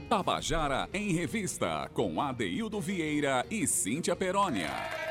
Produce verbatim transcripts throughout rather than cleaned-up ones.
Tabajara em Revista, com Adeildo Vieira e Cíntia Perônia.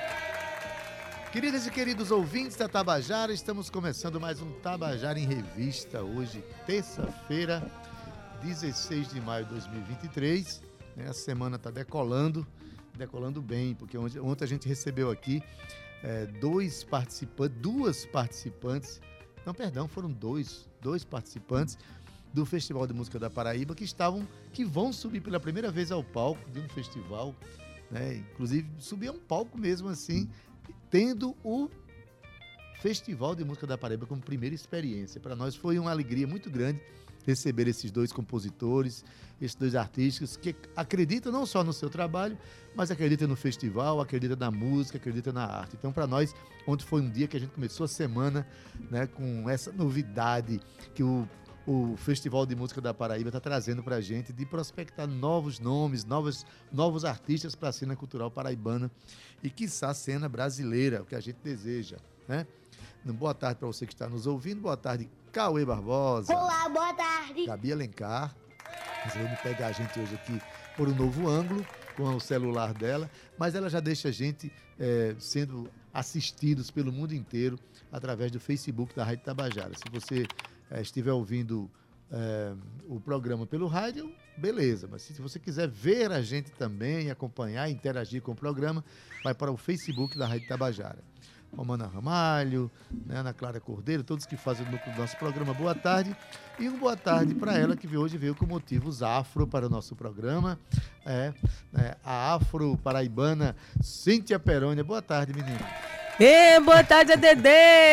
Queridas e queridos ouvintes da Tabajara, estamos começando mais um Tabajara em Revista. Hoje, terça-feira, dezesseis de maio de dois mil e vinte e três. Né? A semana está decolando, decolando bem, porque ontem, ontem a gente recebeu aqui é, dois participantes, duas participantes, não, perdão, foram dois, dois participantes do Festival de Música da Paraíba que estavam, que vão subir pela primeira vez ao palco de um festival, né? Inclusive subir a um palco mesmo assim, tendo o Festival de Música da Paraíba como primeira experiência. Para nós foi uma alegria muito grande receber esses dois compositores, esses dois artistas que acreditam não só no seu trabalho, mas acreditam no festival, acreditam na música, acreditam na arte. Então, para nós, ontem foi um dia que a gente começou a semana, né, com essa novidade que o O Festival de Música da Paraíba está trazendo para a gente, de prospectar novos nomes, novos, novos artistas para a cena cultural paraibana e, quiçá, a cena brasileira, o que a gente deseja, né? Boa tarde para você que está nos ouvindo. Boa tarde, Cauê Barbosa. Olá, boa tarde. Gabi Alencar. Resolveu pegar a gente hoje aqui por um novo ângulo, com o celular dela, mas ela já deixa a gente é, sendo assistidos pelo mundo inteiro através do Facebook da Rádio Tabajara. Se você É, estiver ouvindo é, o programa pelo rádio, beleza, mas se você quiser ver a gente também, acompanhar, interagir com o programa, vai para o Facebook da Rádio Tabajara. Romana Ramalho, né, Ana Clara Cordeiro, todos que fazem o núcleo do nosso programa, boa tarde. E uma boa tarde para ela, que hoje veio com motivos afro para o nosso programa, é, é, a afro-paraibana Cíntia Perônia. Boa tarde, menina. Ê, boa tarde, A D D!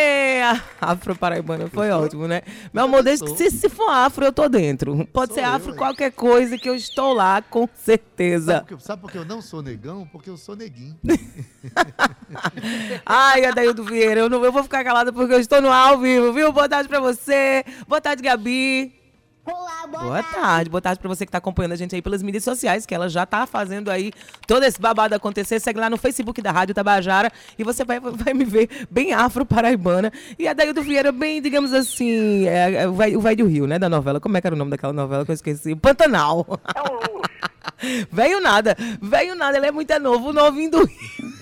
Afro-paraibana foi ótimo, né? Meu amor, desde que se, se for afro, eu tô dentro. Pode Sou ser eu, afro hein? qualquer coisa que eu estou lá, com certeza. Sabe por, que, sabe por que eu não sou negão? Porque eu sou neguinho. Ai, Adeildo Vieira, eu, não, eu vou ficar calada porque eu estou no ao vivo, viu? Boa tarde pra você. Boa tarde, Gabi. Olá, boa, Boa tarde. tarde, boa tarde pra você que tá acompanhando a gente aí pelas mídias sociais, que ela já tá fazendo aí todo esse babado acontecer. Segue lá no Facebook da Rádio Tabajara e você vai, vai me ver bem afro-paraibana. E a Adeildo Vieira bem, digamos assim, é, é, o vai, o vai do Rio, né, da novela. Como é que era o nome daquela novela que eu esqueci? Pantanal. É um luxo. Veio nada, veio nada, ele é muito novo, o novinho do Rio.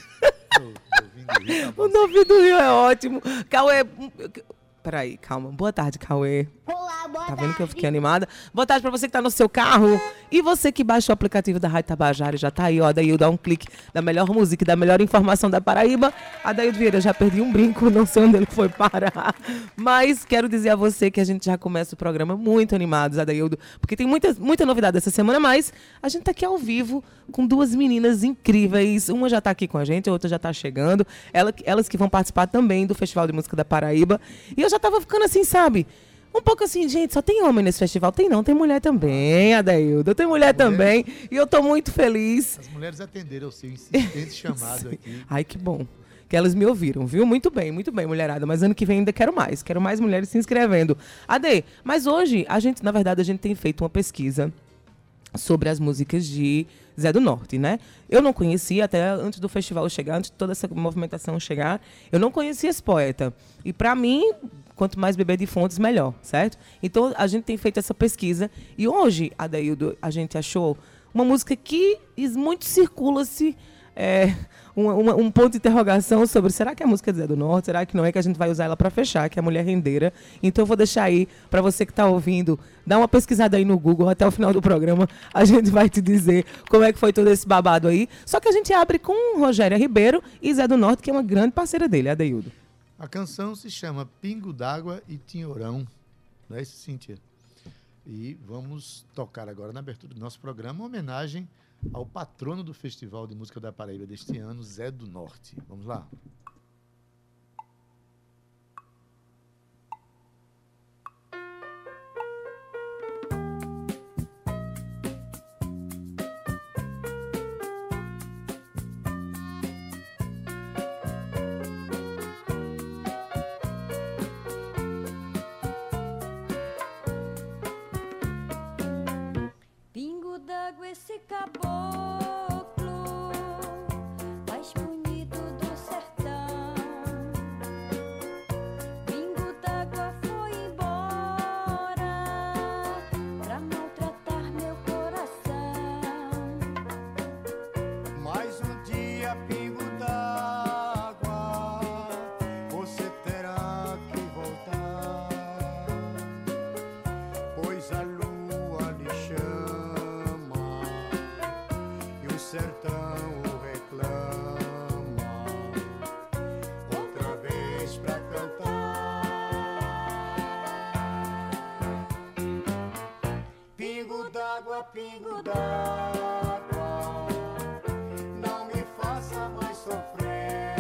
O novinho do Rio é ótimo. Cauê... Peraí, calma. Boa tarde, Cauê. Olá, boa Tá tarde. vendo que eu fiquei animada? Boa tarde pra você que tá no seu carro. E você que baixou o aplicativo da Rádio Tabajara e já tá aí, ó. Daí eu dá um clique da melhor música e da melhor informação da Paraíba. Adaildo Vieira, já perdi um brinco, não sei onde ele foi parar. Mas quero dizer a você que a gente já começa o programa muito animados, Adaildo, porque tem muita, muita novidade essa semana, mas a gente tá aqui ao vivo com duas meninas incríveis. Uma já tá aqui com a gente, a outra já tá chegando. Ela, elas que vão participar também do Festival de Música da Paraíba. E eu já tava ficando assim, sabe? Um pouco assim, gente, só tem homem nesse festival? Tem não, tem mulher também, Adaildo. Tem mulher também. E eu tô muito feliz. As mulheres atenderam o seu insistente chamado aqui. Ai, que bom. Que elas me ouviram, viu? Muito bem, muito bem, mulherada. Mas ano que vem ainda quero mais. Quero mais mulheres se inscrevendo. Ade, mas hoje, a gente, na verdade, a gente tem feito uma pesquisa sobre as músicas de Zé do Norte, né? Eu não conhecia, até antes do festival chegar, antes de toda essa movimentação chegar, eu não conhecia esse poeta. E para mim, quanto mais beber de fontes, melhor, certo? Então, a gente tem feito essa pesquisa. E hoje, Adaildo, a gente achou uma música que muito circula-se é, uma, uma, um ponto de interrogação sobre será que é a música de Zé do Norte? Será que não é, que a gente vai usar ela para fechar, que é a Mulher Rendeira? Então eu vou deixar aí para você que está ouvindo, dá uma pesquisada aí no Google, até o final do programa a gente vai te dizer como é que foi todo esse babado aí. Só que a gente abre com Rogéria Ribeiro e Zé do Norte, que é uma grande parceira dele, Adaildo. A canção se chama Pingo d'Água e Tinhorão, não é isso, Cíntia? E vamos tocar agora na abertura do nosso programa uma homenagem ao patrono do Festival de Música da Paraíba deste ano, Zé do Norte. Vamos lá? Pingo d'água esse caboclo mais bonito do sertão. Pingo d'água foi embora pra maltratar meu coração. d'água, pingo d'água, não me faça mais sofrer.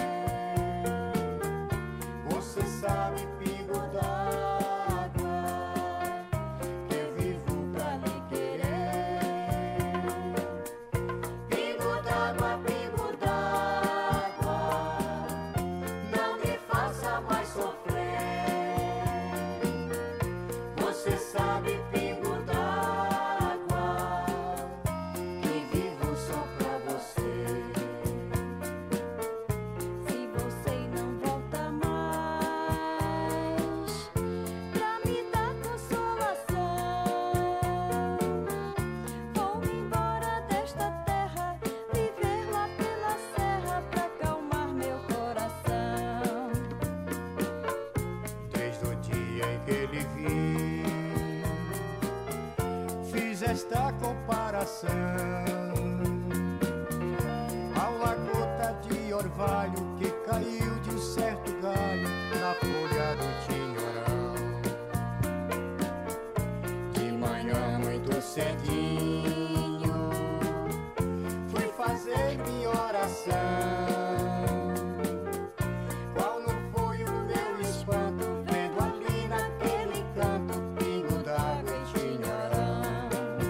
Você sabe, pingo d'água, que eu vivo pra lhe querer. Pingo d'água, pingo d'água, não me faça mais sofrer. Você sabe, pingo d'água, que vivo só pra você. Se você não volta mais pra me dar consolação, vou embora desta terra, viver lá pela serra pra acalmar meu coração. Desde o dia em que ele vi, fiz esta comparação ao a gota de orvalho que caiu de um certo galho na folha do tinhorão. De manhã muito cedinho fui fazer minha oração. Qual não foi o meu espanto vendo ali naquele canto pingo d'água e tinhorão.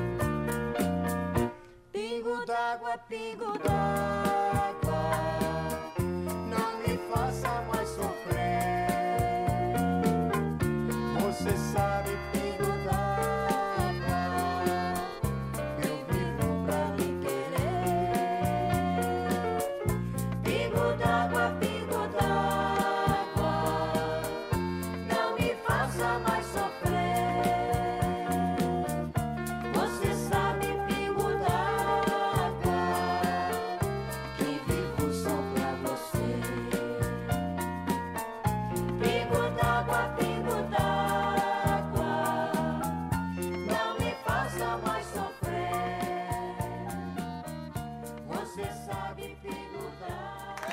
Pingo d'água, pingo d'água, não me faça mais sofrer. Você sabe, pingo d'água, eu vivo pra lhe querer. Pingo d'água, pingo d'água, não me faça mais sofrer. Você sabe, pingo d'água, que vivo só pra você. Pingo d'água, pingo d'água, não me faça mais sofrer. Você sabe, pingo d'água.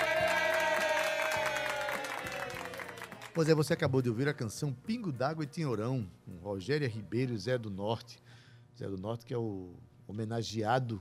Pois é, você acabou de ouvir a canção Pingo d'Água e Tinhorão, com Rogéria Ribeiro e Zé do Norte. Zé do Norte, que é o homenageado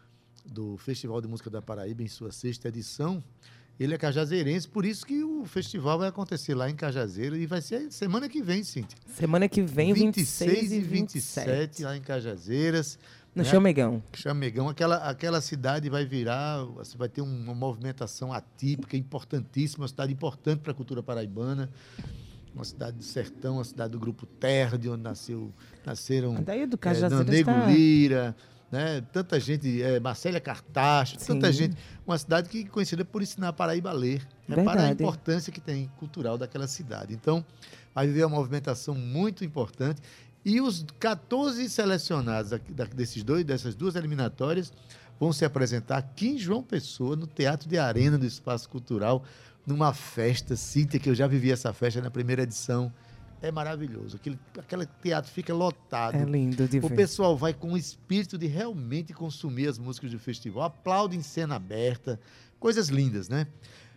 do Festival de Música da Paraíba em sua sexta edição. Ele é cajazeirense, por isso que o festival vai acontecer lá em Cajazeiro e vai ser semana que vem, Cíntia. Semana que vem, vinte e seis e vinte e sete. lá em Cajazeiras. No né? Chamegão. Chamegão, aquela, aquela cidade vai virar, você vai ter uma movimentação atípica, importantíssima, uma cidade importante para a cultura paraibana, uma cidade do sertão, uma cidade do Grupo Terra, de onde nasceu, nasceram Daí do é, Cajazeiras Nanego tá- Lira, né? Tanta gente, é, Marcélia Cartacho, Sim. tanta gente, uma cidade que é conhecida por ensinar a Paraíba a ler, né? Para a Verdade. importância que tem cultural daquela cidade. Então, vai viver uma movimentação muito importante. E os quatorze selecionados aqui da- desses dois, dessas duas eliminatórias vão se apresentar aqui em João Pessoa, no Teatro de Arena do Espaço Cultural, numa festa, Cíntia, que eu já vivi essa festa na primeira edição. É maravilhoso. Aquele, aquele teatro fica lotado. É lindo de O ver. pessoal vai com o espírito de realmente consumir as músicas do festival, aplaude em cena aberta, coisas lindas, né?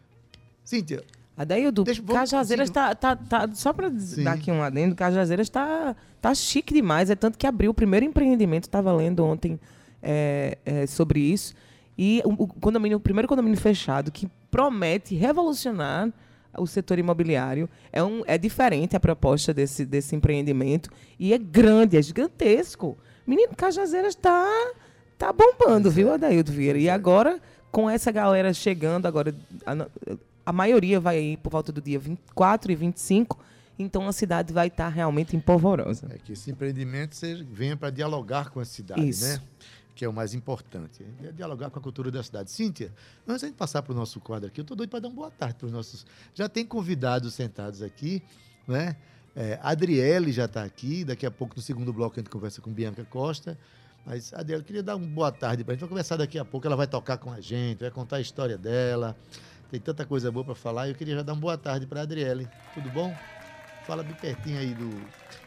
Cíntia, Adaildo, Deixa- vamos- Cajazeiras sim. tá, tá, tá. Só para Sim. dar aqui um adendo, Cajazeiras tá, tá chique demais. É tanto que abriu o primeiro empreendimento, estava lendo ontem é, é, sobre isso. E o, o condomínio, o primeiro condomínio fechado, que promete revolucionar o setor imobiliário. É, um, é diferente a proposta desse, desse empreendimento. E é grande, é gigantesco. Menino, Cajazeiras está tá bombando, viu, Adaildo Vieira? E agora, com essa galera chegando, agora. A, a maioria vai aí por volta do dia vinte e quatro e vinte e cinco, então a cidade vai estar realmente empolvorosa. é que esse empreendimento seja- venha para dialogar com a cidade, Isso. né? Que é o mais importante. É dialogar com a cultura da cidade. Cíntia, antes de passar para o nosso quadro aqui, eu estou doido para dar uma boa tarde para os nossos... Já tem convidados sentados aqui, né? É, a Adriele já está aqui, daqui a pouco, no segundo bloco, a gente conversa com Bianca Costa. Mas, Adriele, eu queria dar uma boa tarde para a gente. Vai conversar daqui a pouco, ela vai tocar com a gente, vai contar a história dela. Tem tanta coisa boa para falar. E eu queria já dar uma boa tarde para a Adriele. Tudo bom? Fala bem pertinho aí do...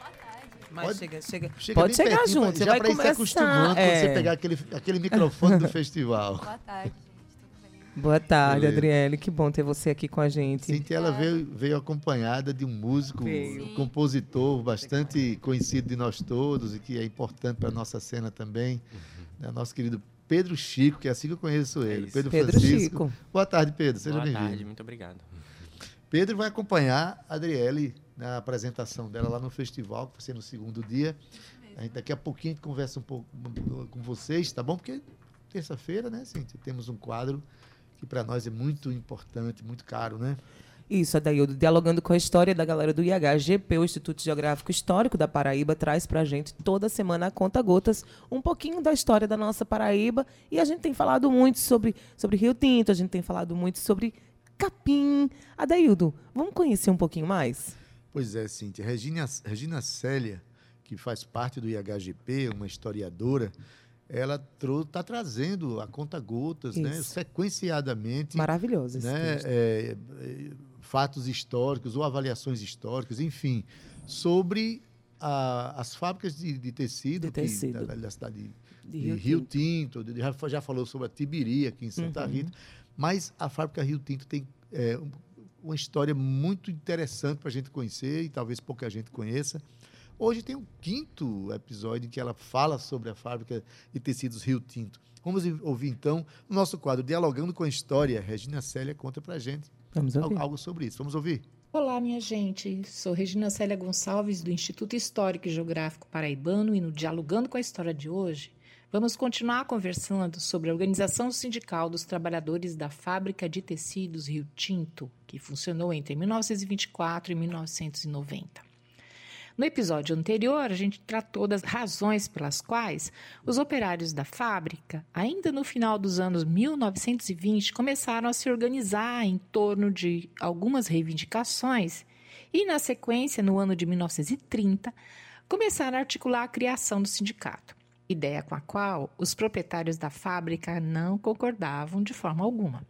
Mas Pode- chega, chega. Chega Pode bem chegar pertinho, junto, você já vai pra ir se começar. acostumando quando é. você pegar aquele, aquele microfone do festival. Boa tarde, gente. Tudo bem? Boa tarde, Beleza. Adriele. Que bom ter você aqui com a gente. Cintia, ela veio, veio acompanhada de um músico, Veio. um compositor bastante conhecido de nós todos e que é importante para a nossa cena também, né? Nosso querido Pedro Chico, que é assim que eu conheço ele. isso. Pedro, Pedro Francisco. Chico. Boa tarde, Pedro. Seja Boa bem-vindo. tarde, muito obrigado. Pedro vai acompanhar a Adriele na apresentação dela lá no festival, que vai ser no segundo dia. A gente, daqui a pouquinho a gente conversa um pouco com vocês, tá bom? Porque terça-feira, né, Cíntia, temos um quadro que para nós é muito importante, muito caro, né? Isso, Adaildo, dialogando com a história da galera do I H G P, o Instituto Geográfico Histórico da Paraíba, traz pra gente toda semana a Conta Gotas um pouquinho da história da nossa Paraíba. E a gente tem falado muito sobre, sobre Rio Tinto, a gente tem falado muito sobre capim. Adaildo, vamos conhecer um pouquinho mais? Pois é, Cíntia. Regina, Regina Célia, que faz parte do I H G P, uma historiadora, ela está trazendo a Conta Gotas, né, Isso. sequenciadamente, Maravilhoso esse né, texto. é, é, fatos históricos ou avaliações históricas, enfim, sobre a- as fábricas de, de tecido, De que- tecido. da, da cidade de, De de Rio Rio, Tinto, de- já, já falou sobre a Tibiri aqui em Santa Uhum. Rita, mas a fábrica Rio Tinto tem é, um- uma história muito interessante para a gente conhecer e talvez pouca gente conheça. Hoje tem o quinto episódio em que ela fala sobre a fábrica de tecidos Rio Tinto. Vamos ouvir, então, o nosso quadro Dialogando com a História. Regina Célia conta para a gente Vamos al- ouvir. algo sobre isso. Vamos ouvir? Olá, minha gente. Sou Regina Célia Gonçalves, do Instituto Histórico e Geográfico Paraibano, e no Dialogando com a História de hoje, vamos continuar conversando sobre a organização sindical dos trabalhadores da Fábrica de Tecidos Rio Tinto, que funcionou entre mil novecentos e vinte e quatro e mil novecentos e noventa. No episódio anterior, a gente tratou das razões pelas quais os operários da fábrica, ainda no final dos anos mil novecentos e vinte, começaram a se organizar em torno de algumas reivindicações e, na sequência, no ano de mil novecentos e trinta, começaram a articular a criação do sindicato, ideia com a qual os proprietários da fábrica não concordavam de forma alguma.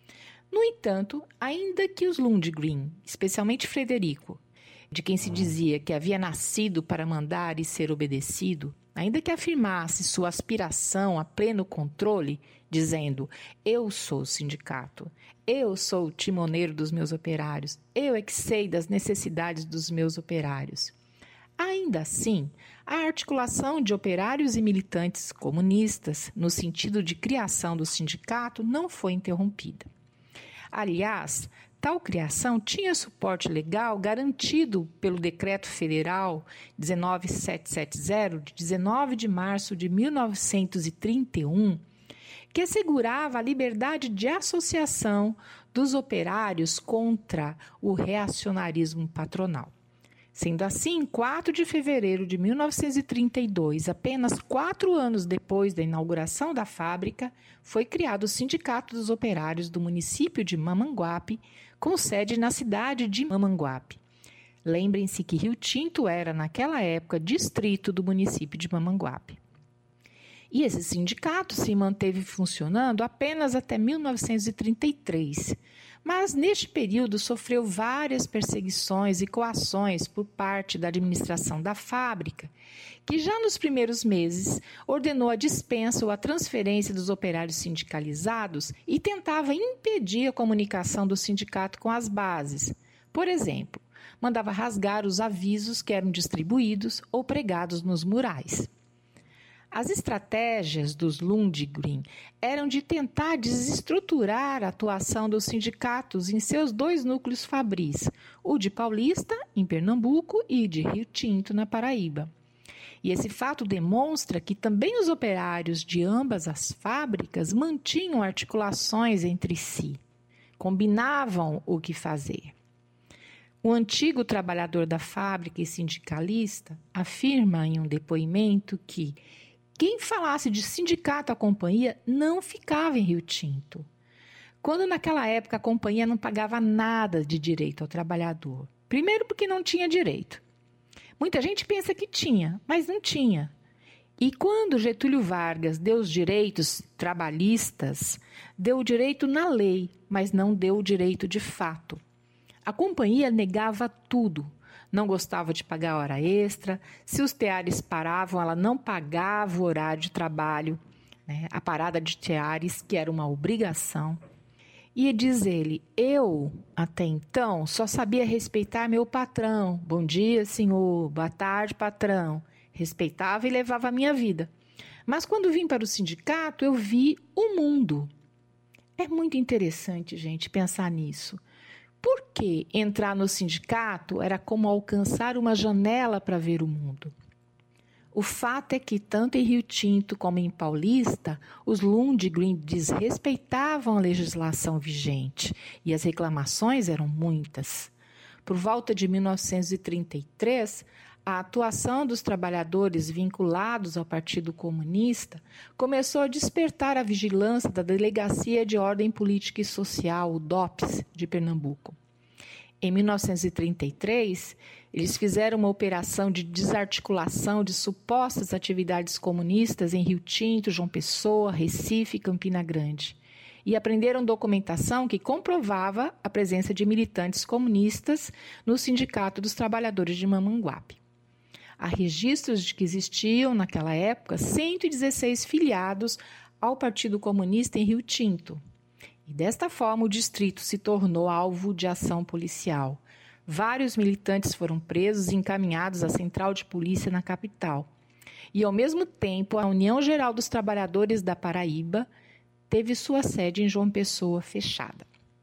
No entanto, ainda que os Lundgren, especialmente Frederico, de quem se dizia que havia nascido para mandar e ser obedecido, ainda que afirmasse sua aspiração a pleno controle, dizendo: eu sou o sindicato, eu sou o timoneiro dos meus operários, eu é que sei das necessidades dos meus operários. Ainda assim, a articulação de operários e militantes comunistas, no sentido de criação do sindicato, não foi interrompida. Aliás, tal criação tinha suporte legal garantido pelo Decreto Federal dezenove mil setecentos e setenta, de dezenove de março de mil novecentos e trinta e um, que assegurava a liberdade de associação dos operários contra o reacionarismo patronal. Sendo assim, em quatro de fevereiro de mil novecentos e trinta e dois, apenas quatro anos depois da inauguração da fábrica, foi criado o Sindicato dos Operários do município de Mamanguape, com sede na cidade de Mamanguape. Lembrem-se que Rio Tinto era, naquela época, distrito do município de Mamanguape. E esse sindicato se manteve funcionando apenas até mil novecentos e trinta e três, mas neste período sofreu várias perseguições e coações por parte da administração da fábrica, que já nos primeiros meses ordenou a dispensa ou a transferência dos operários sindicalizados e tentava impedir a comunicação do sindicato com as bases. Por exemplo, mandava rasgar os avisos que eram distribuídos ou pregados nos murais. As estratégias dos Lundgren eram de tentar desestruturar a atuação dos sindicatos em seus dois núcleos fabris, o de Paulista, em Pernambuco, e de Rio Tinto, na Paraíba. E esse fato demonstra que também os operários de ambas as fábricas mantinham articulações entre si, combinavam o que fazer. O antigo trabalhador da fábrica e sindicalista afirma em um depoimento que quem falasse de sindicato à companhia não ficava em Rio Tinto, quando naquela época a companhia não pagava nada de direito ao trabalhador. Primeiro porque não tinha direito. Muita gente pensa que tinha, mas não tinha. E quando Getúlio Vargas deu os direitos trabalhistas, deu o direito na lei, mas não deu o direito de fato. A companhia negava tudo. Não gostava de pagar hora extra, se os teares paravam, ela não pagava o horário de trabalho, né? A parada de teares, que era uma obrigação. E diz ele, eu, até então, só sabia respeitar meu patrão. Bom dia, senhor. Boa tarde, patrão. Respeitava e levava a minha vida. Mas quando vim para o sindicato, eu vi o mundo. É muito interessante, gente, pensar nisso. Porque entrar no sindicato era como alcançar uma janela para ver o mundo. O fato é que, tanto em Rio Tinto como em Paulista, os Lundgren desrespeitavam a legislação vigente e as reclamações eram muitas. Por volta de mil novecentos e trinta e três, a atuação dos trabalhadores vinculados ao Partido Comunista começou a despertar a vigilância da Delegacia de Ordem Política e Social, o DOPS, de Pernambuco. Em mil novecentos e trinta e três, eles fizeram uma operação de desarticulação de supostas atividades comunistas em Rio Tinto, João Pessoa, Recife e Campina Grande. E apreenderam documentação que comprovava a presença de militantes comunistas no Sindicato dos Trabalhadores de Mamanguape. Há registros de que existiam, naquela época, cento e dezesseis filiados ao Partido Comunista em Rio Tinto. E desta forma o distrito se tornou alvo de ação policial. Vários militantes foram presos e encaminhados à central de polícia na capital. E, ao mesmo tempo, a União Geral dos Trabalhadores da Paraíba teve sua sede em João Pessoa fechada.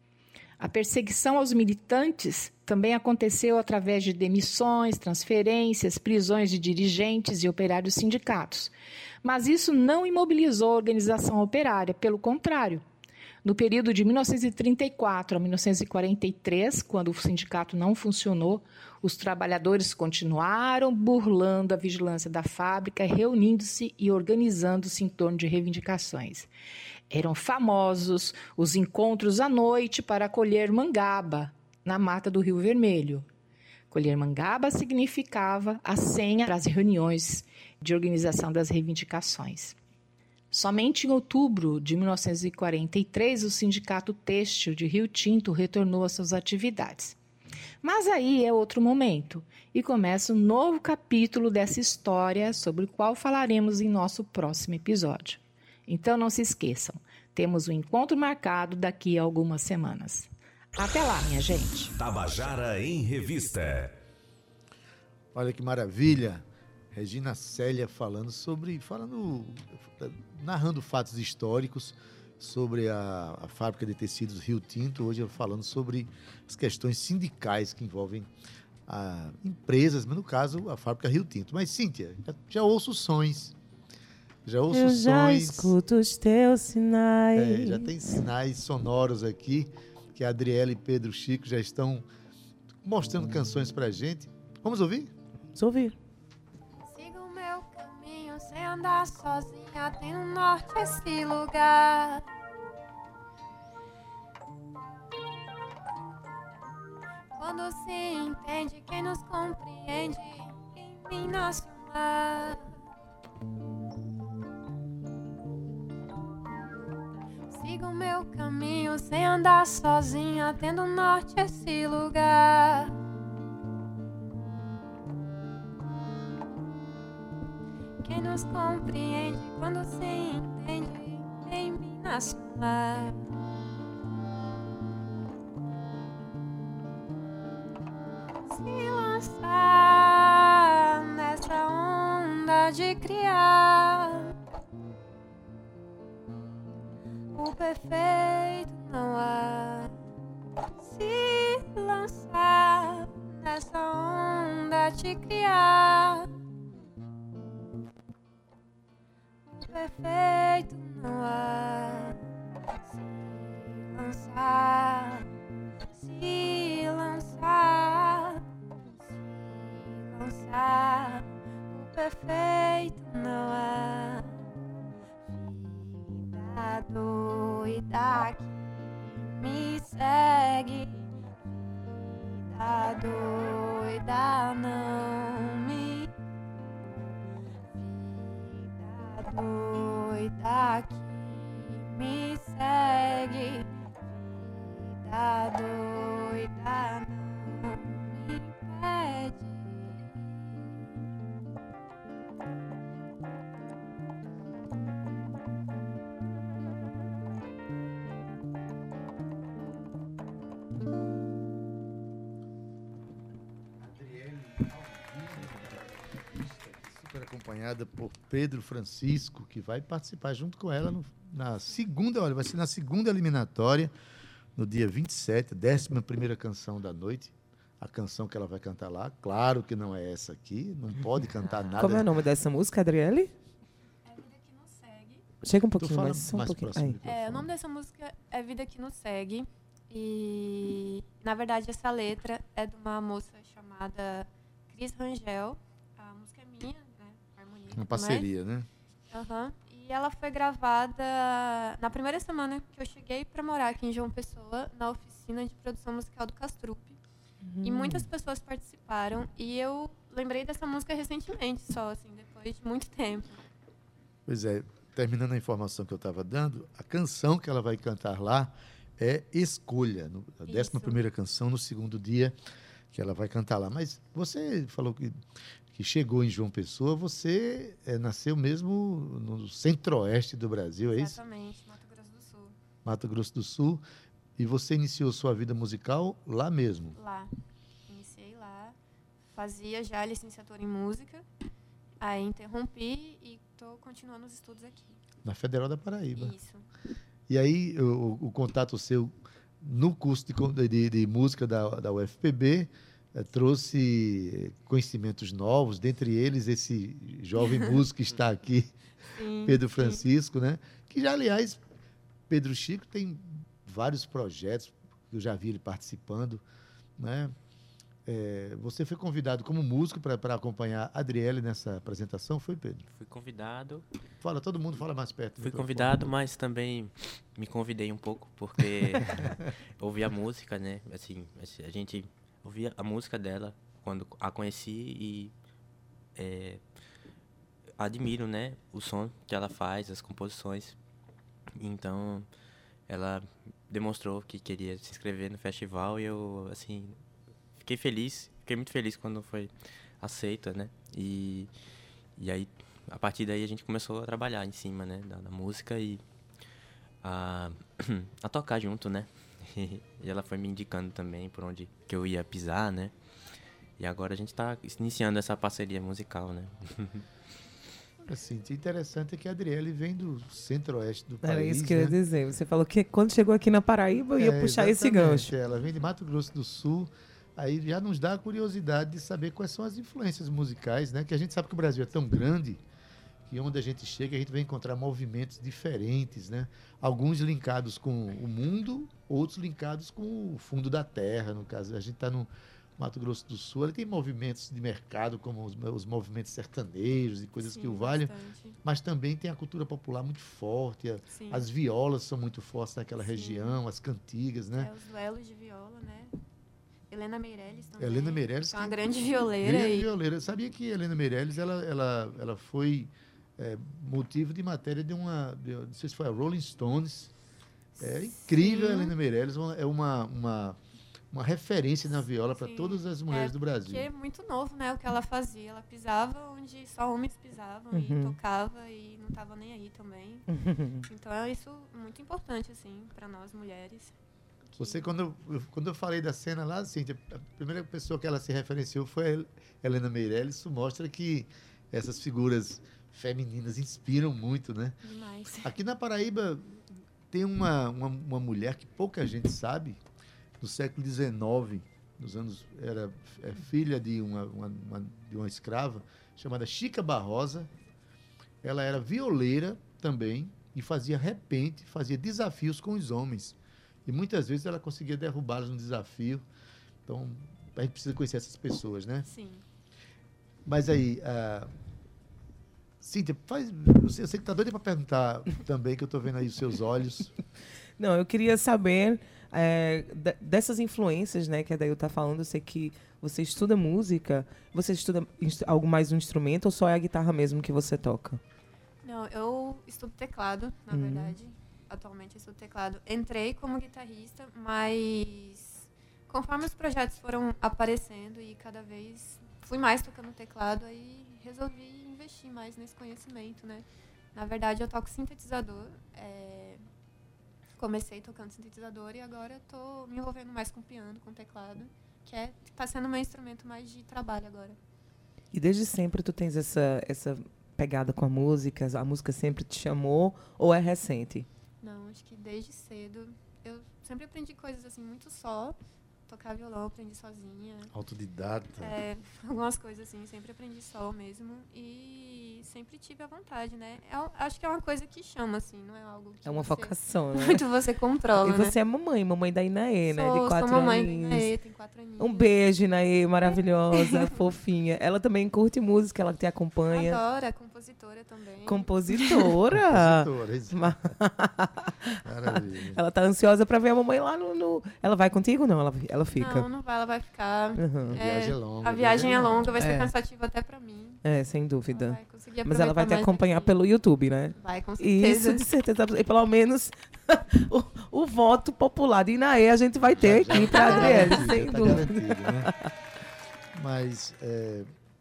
A perseguição aos militantes também aconteceu através de demissões, transferências, prisões de dirigentes e operários sindicatos. Mas isso não imobilizou a organização operária, pelo contrário. No período de mil novecentos e trinta e quatro a mil novecentos e quarenta e três, quando o sindicato não funcionou, os trabalhadores continuaram burlando a vigilância da fábrica, reunindo-se e organizando-se em torno de reivindicações. Eram famosos os encontros à noite para colher mangaba na mata do Rio Vermelho. Colher mangaba significava a senha para as reuniões de organização das reivindicações. Somente em outubro de mil novecentos e quarenta e três, o Sindicato Têxtil de Rio Tinto retornou às suas atividades. Mas aí é outro momento e começa um novo capítulo dessa história sobre o qual falaremos em nosso próximo episódio. Então não se esqueçam, temos um encontro marcado daqui a algumas semanas. Até lá, minha gente. Tabajara em Revista. Olha que maravilha. Regina Célia falando sobre, falando, narrando fatos históricos sobre a, a fábrica de tecidos Rio Tinto, hoje falando sobre as questões sindicais que envolvem a, empresas, mas no caso a fábrica Rio Tinto. Mas Cíntia, já, já ouço sons, já ouço Eu sons. já escuto os teus sinais. É, já tem sinais sonoros aqui, que a Adriele e Pedro Chico já estão mostrando canções pra gente. Vamos ouvir? Vamos ouvir. Sem andar sozinha, tem no norte esse lugar. Quando se entende, quem nos compreende, em mim nasce o mar. Sigo o meu caminho, sem andar sozinha, tendo no norte esse lugar. Quem nos compreende quando se entende, em mim nasce o mar. Se lançar nessa onda de criar o perfeito não há. Se lançar nessa onda de criar perfeito não há. Se lançar, se lançar, se lançar, o perfeito não há. Vida doida que me segue, vida doida não me doida que me segue, vida doida não me impede. acompanhada por Pedro Francisco, que vai participar junto com ela no- na segunda, olha, vai ser na segunda eliminatória, no dia vinte e sete, décima primeira canção da noite. A canção que ela vai cantar lá, claro que não é essa aqui, não pode cantar nada. Como é o nome dessa música, Adriele? É Vida Que Nos Segue. Chega um Tu pouquinho fala mais, só um mais pouquinho. próximo do Aí. microfone. É, o nome dessa música é Vida Que Nos Segue. E, na verdade, essa letra é de uma moça chamada Cris Rangel. A música é minha, né? Harmonia. e Uma tudo mais. parceria, né? Aham. E ela foi gravada na primeira semana que eu cheguei para morar aqui em João Pessoa, na oficina de produção musical do Castrup. E muitas pessoas participaram. E eu lembrei dessa música recentemente, só, assim, depois de muito tempo. Pois é, terminando a informação que eu estava dando, a canção que ela vai cantar lá é Escolha, no- a Isso. décima primeira canção, no segundo dia que ela vai cantar lá. Mas você falou que, que chegou em João Pessoa, você eh, nasceu mesmo no centro-oeste do Brasil, é isso? Exatamente, Mato Grosso do Sul. Mato Grosso do Sul. E você iniciou sua vida musical lá mesmo. Lá. Iniciei lá. Fazia já licenciatura em música. Aí interrompi e estou continuando os estudos aqui. Na Federal da Paraíba. Isso. E aí, o, o contato seu no curso de, con- de- de música da, da U F P B eh, trouxe conhecimentos novos, dentre eles esse jovem músico que está aqui, Sim, Pedro sim. Francisco, né? Que já, aliás, Pedro Chico tem vários projetos, que eu já vi ele participando, né? Eh, você foi convidado como músico para acompanhar a Adriele nessa apresentação, foi, Pedro? Fui convidado, Fala, todo mundo fala mais perto. do fui microfone. convidado, mas também me convidei um pouco, porque ouvi a música, né? Assim, assim, a gente ouvia a música dela quando a conheci e é, admiro, né? O som que ela faz, as composições. Então, ela demonstrou que queria se inscrever no festival e eu, assim, fiquei feliz, fiquei muito feliz quando foi aceita, né? E, e aí, a partir daí, a gente começou a trabalhar em cima, né, da, da música e a, a tocar junto, né? E ela foi me indicando também por onde que eu ia pisar, né? E agora a gente está iniciando essa parceria musical, né? Assim, o interessante é que a Adriele vem do centro-oeste do país. Era isso que eu ia né? dizer. Você falou que quando chegou aqui na Paraíba, eu ia É, puxar esse exatamente, gancho. Ela vem de Mato Grosso do Sul, aí já nos dá a curiosidade de saber quais são as influências musicais, né? Que a gente sabe que o Brasil é tão grande que onde a gente chega a gente vai encontrar movimentos diferentes, né? Alguns linkados com o mundo, outros linkados com o fundo da terra, no caso. A gente está no Mato Grosso do Sul, ele tem movimentos de mercado, como os, os movimentos sertanejos e coisas Sim, que o valham, bastante. mas também tem a cultura popular muito forte, a- Sim. as violas são muito fortes naquela Sim. região, as cantigas, né? É, os duelos de viola, né? Helena Meirelles também. Helena Meirelles, que é uma que- grande violeira. Grande E... violeira. Sabia que Helena Meirelles ela, ela, ela foi é, motivo de matéria de uma, de, não sei se foi a Rolling Stones. É incrível, a Sim. Helena Meirelles uma- é uma, uma, uma referência na viola para Sim. todas as mulheres É, do Brasil. Porque é muito novo, né? O que ela fazia. Ela pisava onde só homens pisavam e Uhum. tocava e não tava nem aí também. Então é isso muito importante, assim, para nós mulheres. que- Você, quando eu, quando eu falei da cena lá, assim, a primeira pessoa que ela se referenciou foi a Hel- Helena Meirelles. Isso mostra que essas figuras femininas inspiram muito, né? Demais. Aqui na Paraíba tem uma, uma, uma mulher que pouca gente sabe, no século dezenove, nos anos, era é, filha de uma, uma, uma- de uma escrava, chamada Chica Barrosa. Ela era violeira também e fazia repente, fazia desafios com os homens. E muitas vezes ela conseguia derrubá-los no desafio. Então, a gente precisa conhecer essas pessoas, né? Sim. Mas aí, a... Cíntia, faz... eu sei eu sei que tá doida para perguntar também, que eu estou vendo aí os seus olhos. Não, eu queria saber é, de- dessas influências, né, que a Dail está falando. Eu sei que você estuda música. Você estuda inst- algo mais um instrumento ou só é a guitarra mesmo que você toca? Não, eu estudo teclado, na Hum. verdade. Atualmente eu estudo teclado. Entrei como guitarrista, mas conforme os projetos foram aparecendo e cada vez fui mais tocando teclado, aí resolvi investir mais nesse conhecimento, né? Na verdade, eu toco sintetizador. é, Comecei tocando sintetizador e agora estou me envolvendo mais com piano, com teclado, que é tá sendo meu instrumento mais de trabalho agora. E desde sempre tu tens essa, essa pegada com a música? A música sempre te chamou ou é recente? Não, acho que desde cedo eu sempre aprendi coisas assim muito só. Tocar violão, aprendi sozinha. Autodidata. É, algumas coisas assim, sempre aprendi só mesmo. E sempre tive a vontade, né? Eu acho que é uma coisa que chama, assim, não é algo que É uma você- vocação, né? muito você controla, E né? você é mamãe, mamãe da Inaê, né? Sou, De quatro sou mamãe da aninhos. Inaê, tem quatro aninhos. Um beijo, Inaê, maravilhosa, fofinha. Ela também curte música, ela te acompanha. Adora, compositora também. Compositora. Compositora, isso. Ma- Maravilha. Ela tá ansiosa pra ver a mamãe lá no... no- Ela vai contigo? Não, ela, ela fica. Não, não vai, ela vai ficar. Uhum. A viagem é longa, A viagem é longa, vai ser É. cansativa até pra mim. É, sem dúvida. Ela vai conseguir Mas ela vai te aproveitar mais acompanhar daqui. pelo YouTube, né? Vai, com certeza. Isso, de certeza. E pelo menos o, o voto popular de Inaê a gente vai ter Já- aqui já pra tá Adriele, garantido, sem tá dúvida. garantido, né? Mas, é,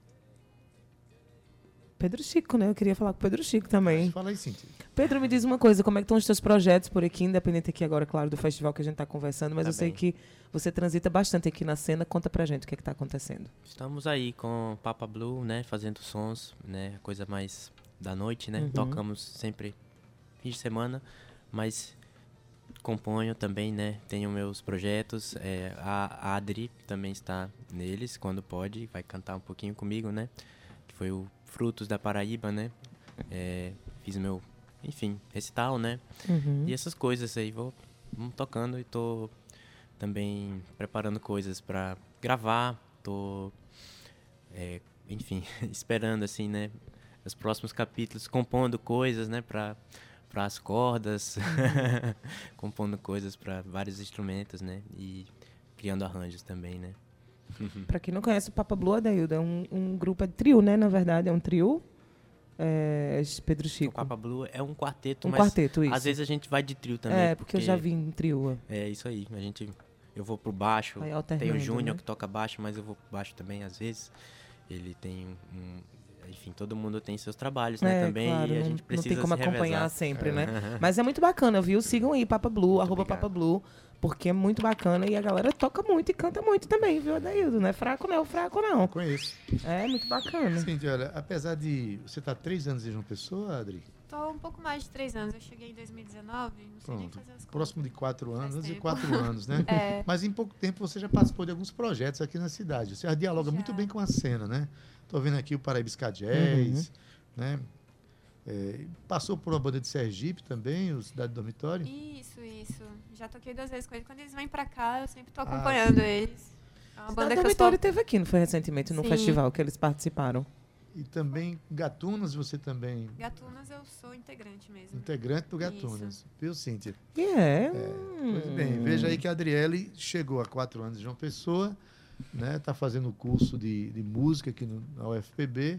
Pedro Chico, né? Eu queria falar com o Pedro Chico também. fala aí, Cíntia. Pedro, me diz uma coisa, como é que estão os teus projetos por aqui, independente aqui agora, claro, do festival que a gente está conversando, mas Tá eu sei bem. que você transita bastante aqui na cena. Conta pra gente o que é que tá acontecendo. Estamos aí com Papa Blue, né? Fazendo sons, né? Coisa mais da noite, né? Uhum. Tocamos sempre fim de semana, mas componho também, né? Tenho meus projetos. é, a a Adri também está neles, quando pode, vai cantar um pouquinho comigo, né? Que foi o Frutos da Paraíba, né? É, fiz meu, enfim, recital, né? Uhum. E essas coisas aí, vou, vou tocando e tô também preparando coisas pra gravar, tô, é, enfim, esperando, assim, né, os próximos capítulos, compondo coisas, né, pra, pra as cordas, compondo coisas pra vários instrumentos, né, e criando arranjos também, né. Pra quem não conhece o Papa Blue, Adaildo, é um, um grupo, é trio, né? Na verdade, é um trio. É, Pedro O Chico. Papa Blue é um quarteto, Um mas quarteto, isso. às vezes a gente vai de trio também. É, porque eu já vi em trio. É isso aí, a gente, eu vou pro baixo, Vai tem alternando, o Júnior né? que toca baixo, mas eu vou pro baixo também às vezes. Ele tem um, enfim, todo mundo tem seus trabalhos, né, É, também, claro, e a não, gente não precisa tem como se acompanhar revezar. sempre, né? Mas é muito bacana, viu? Sigam aí, Papa Blue, arroba obrigado. Papa Blue, porque é muito bacana e a galera toca muito e canta muito também, viu, Adaildo? Não é fraco não, fraco não. Conheço. É muito bacana. Cíntia, olha, apesar de você estar três anos em João Pessoa, Adri, Tô um pouco mais de três anos. Eu cheguei em dois mil e dezenove, não sei nem pronto, fazer as contas. próximo de quatro anos, Faz antes de tempo. quatro anos, né? É. Mas em pouco tempo você já participou de alguns projetos aqui na cidade. Você dialoga Já. muito bem com a cena, né? Tô vendo aqui o Paraíba Ska Jazz, né? É, passou por uma banda de Sergipe também, o Cidade Dormitório. Isso, isso. Já toquei duas vezes com eles. Quando eles vêm pra cá, eu sempre tô Ah, acompanhando eles. É uma A banda que eu Dormitório sou... teve aqui, não foi recentemente, no Sim. festival que eles participaram. E também Gatunas, você também Gatunas eu sou integrante mesmo. integrante do Gatunas. Viu, Cíntia? E é. Pois bem, veja aí que a Adriele chegou há quatro anos em João Pessoa, né? Está fazendo o curso de, de música aqui no, na U F P B,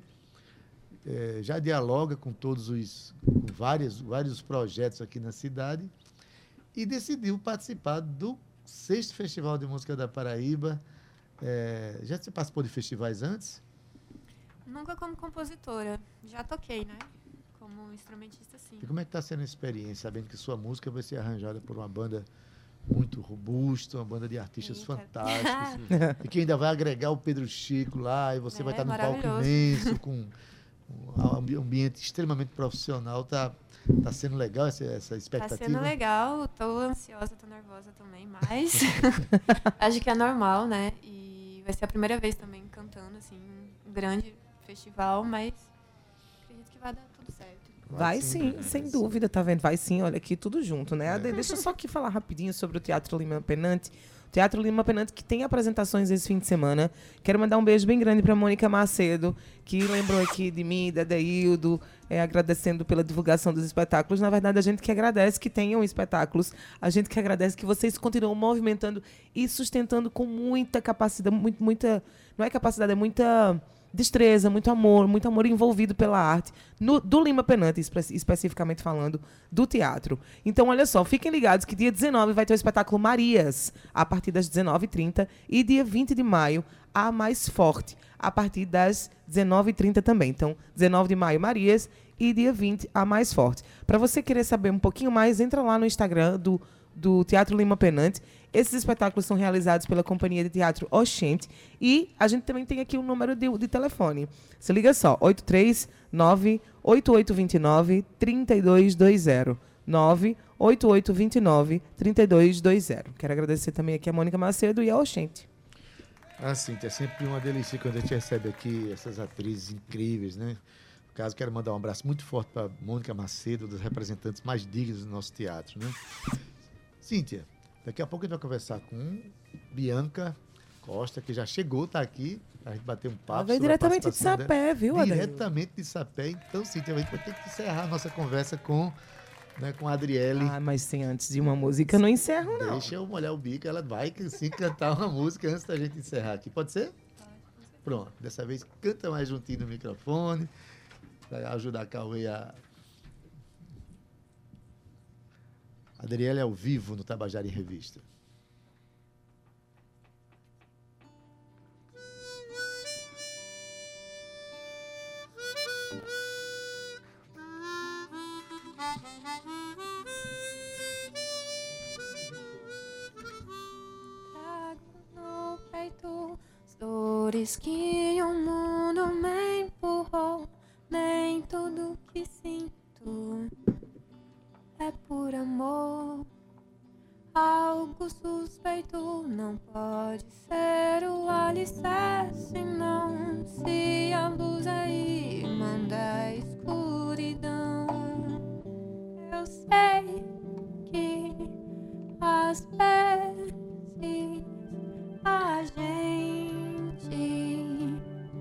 é, já dialoga com todos os, com vários, vários projetos aqui na cidade e decidiu participar do sexto Festival de Música da Paraíba. É, já você participou de festivais antes? Nunca como compositora. Já toquei, né? Como instrumentista, sim. E como é que está sendo a experiência, sabendo que sua música vai ser arranjada por uma banda muito robusta, uma banda de artistas Eita. fantásticos, e que ainda vai agregar o Pedro Chico lá, e você É, vai estar num palco maravilhoso. imenso, com um ambi- ambiente extremamente profissional. Tá, tá sendo legal essa, essa Tá expectativa? sendo legal. Tô ansiosa, tô nervosa também, mas acho que é normal, né? E vai ser a primeira vez também cantando, assim, um grande festival, mas acredito que vai dar tudo certo. Vai sim, sem dúvida, tá vendo? Vai sim, olha aqui, tudo junto, né? Ade, deixa eu só aqui falar rapidinho sobre o Teatro Lima Penante. O Teatro Lima Penante que tem apresentações esse fim de semana. Quero mandar um beijo bem grande para Mônica Macedo, que lembrou aqui de mim, da Adaildo, é, agradecendo pela divulgação dos espetáculos. Na verdade, a gente que agradece que tenham espetáculos, a gente que agradece que vocês continuam movimentando e sustentando com muita capacidade, muito, muita, não é capacidade, é muita destreza, muito amor, muito amor envolvido pela arte, no, do Lima Penante, espe especificamente falando, do teatro. Então, olha só, fiquem ligados que dia dezenove vai ter o espetáculo Marias, a partir das dezenove e trinta, e dia vinte de maio, a Mais Forte, a partir das dezenove e trinta também. Então, dezenove de maio, Marias, e dia vinte, a Mais Forte. Para você querer saber um pouquinho mais, entra lá no Instagram do do Teatro Lima Penante. Esses espetáculos são realizados pela Companhia de Teatro Oxente. E a gente também tem aqui um número de, de telefone. Se liga só, oito três nove, oito oito dois nove, três dois dois zero. nove oito oito dois nove, três dois dois zero. Quero agradecer também aqui a Mônica Macedo e a Oxente. Ah, Cíntia, é sempre uma delícia quando a gente recebe aqui essas atrizes incríveis, né? No caso, quero mandar um abraço muito forte para Mônica Macedo, dos representantes mais dignos do nosso teatro, né? Cíntia, daqui a pouco a gente vai conversar com Bianca Costa, que já chegou, está aqui, a gente bater um papo. Ela veio sobre a diretamente de participação Sapé, dela. viu, Adair? Diretamente de Sapé. Então, Cíntia, a gente vai ter que encerrar a nossa conversa com, né, com a Adriele. Ah, mas sem antes de uma música, eu não encerro, não. Deixa eu molhar o bico, ela vai sim cantar uma música antes da gente encerrar aqui. Pode ser? Pronto, dessa vez canta mais juntinho no microfone, para ajudar a Cauê a... Adriele ao vivo no Tabajara em Revista. Trago no peito as dores que o mundo me empurrou. Nem tudo que sinto é por amor. Algo suspeito não pode ser o alicerce, não. Se a luz aí manda a escuridão, eu sei que às vezes a gente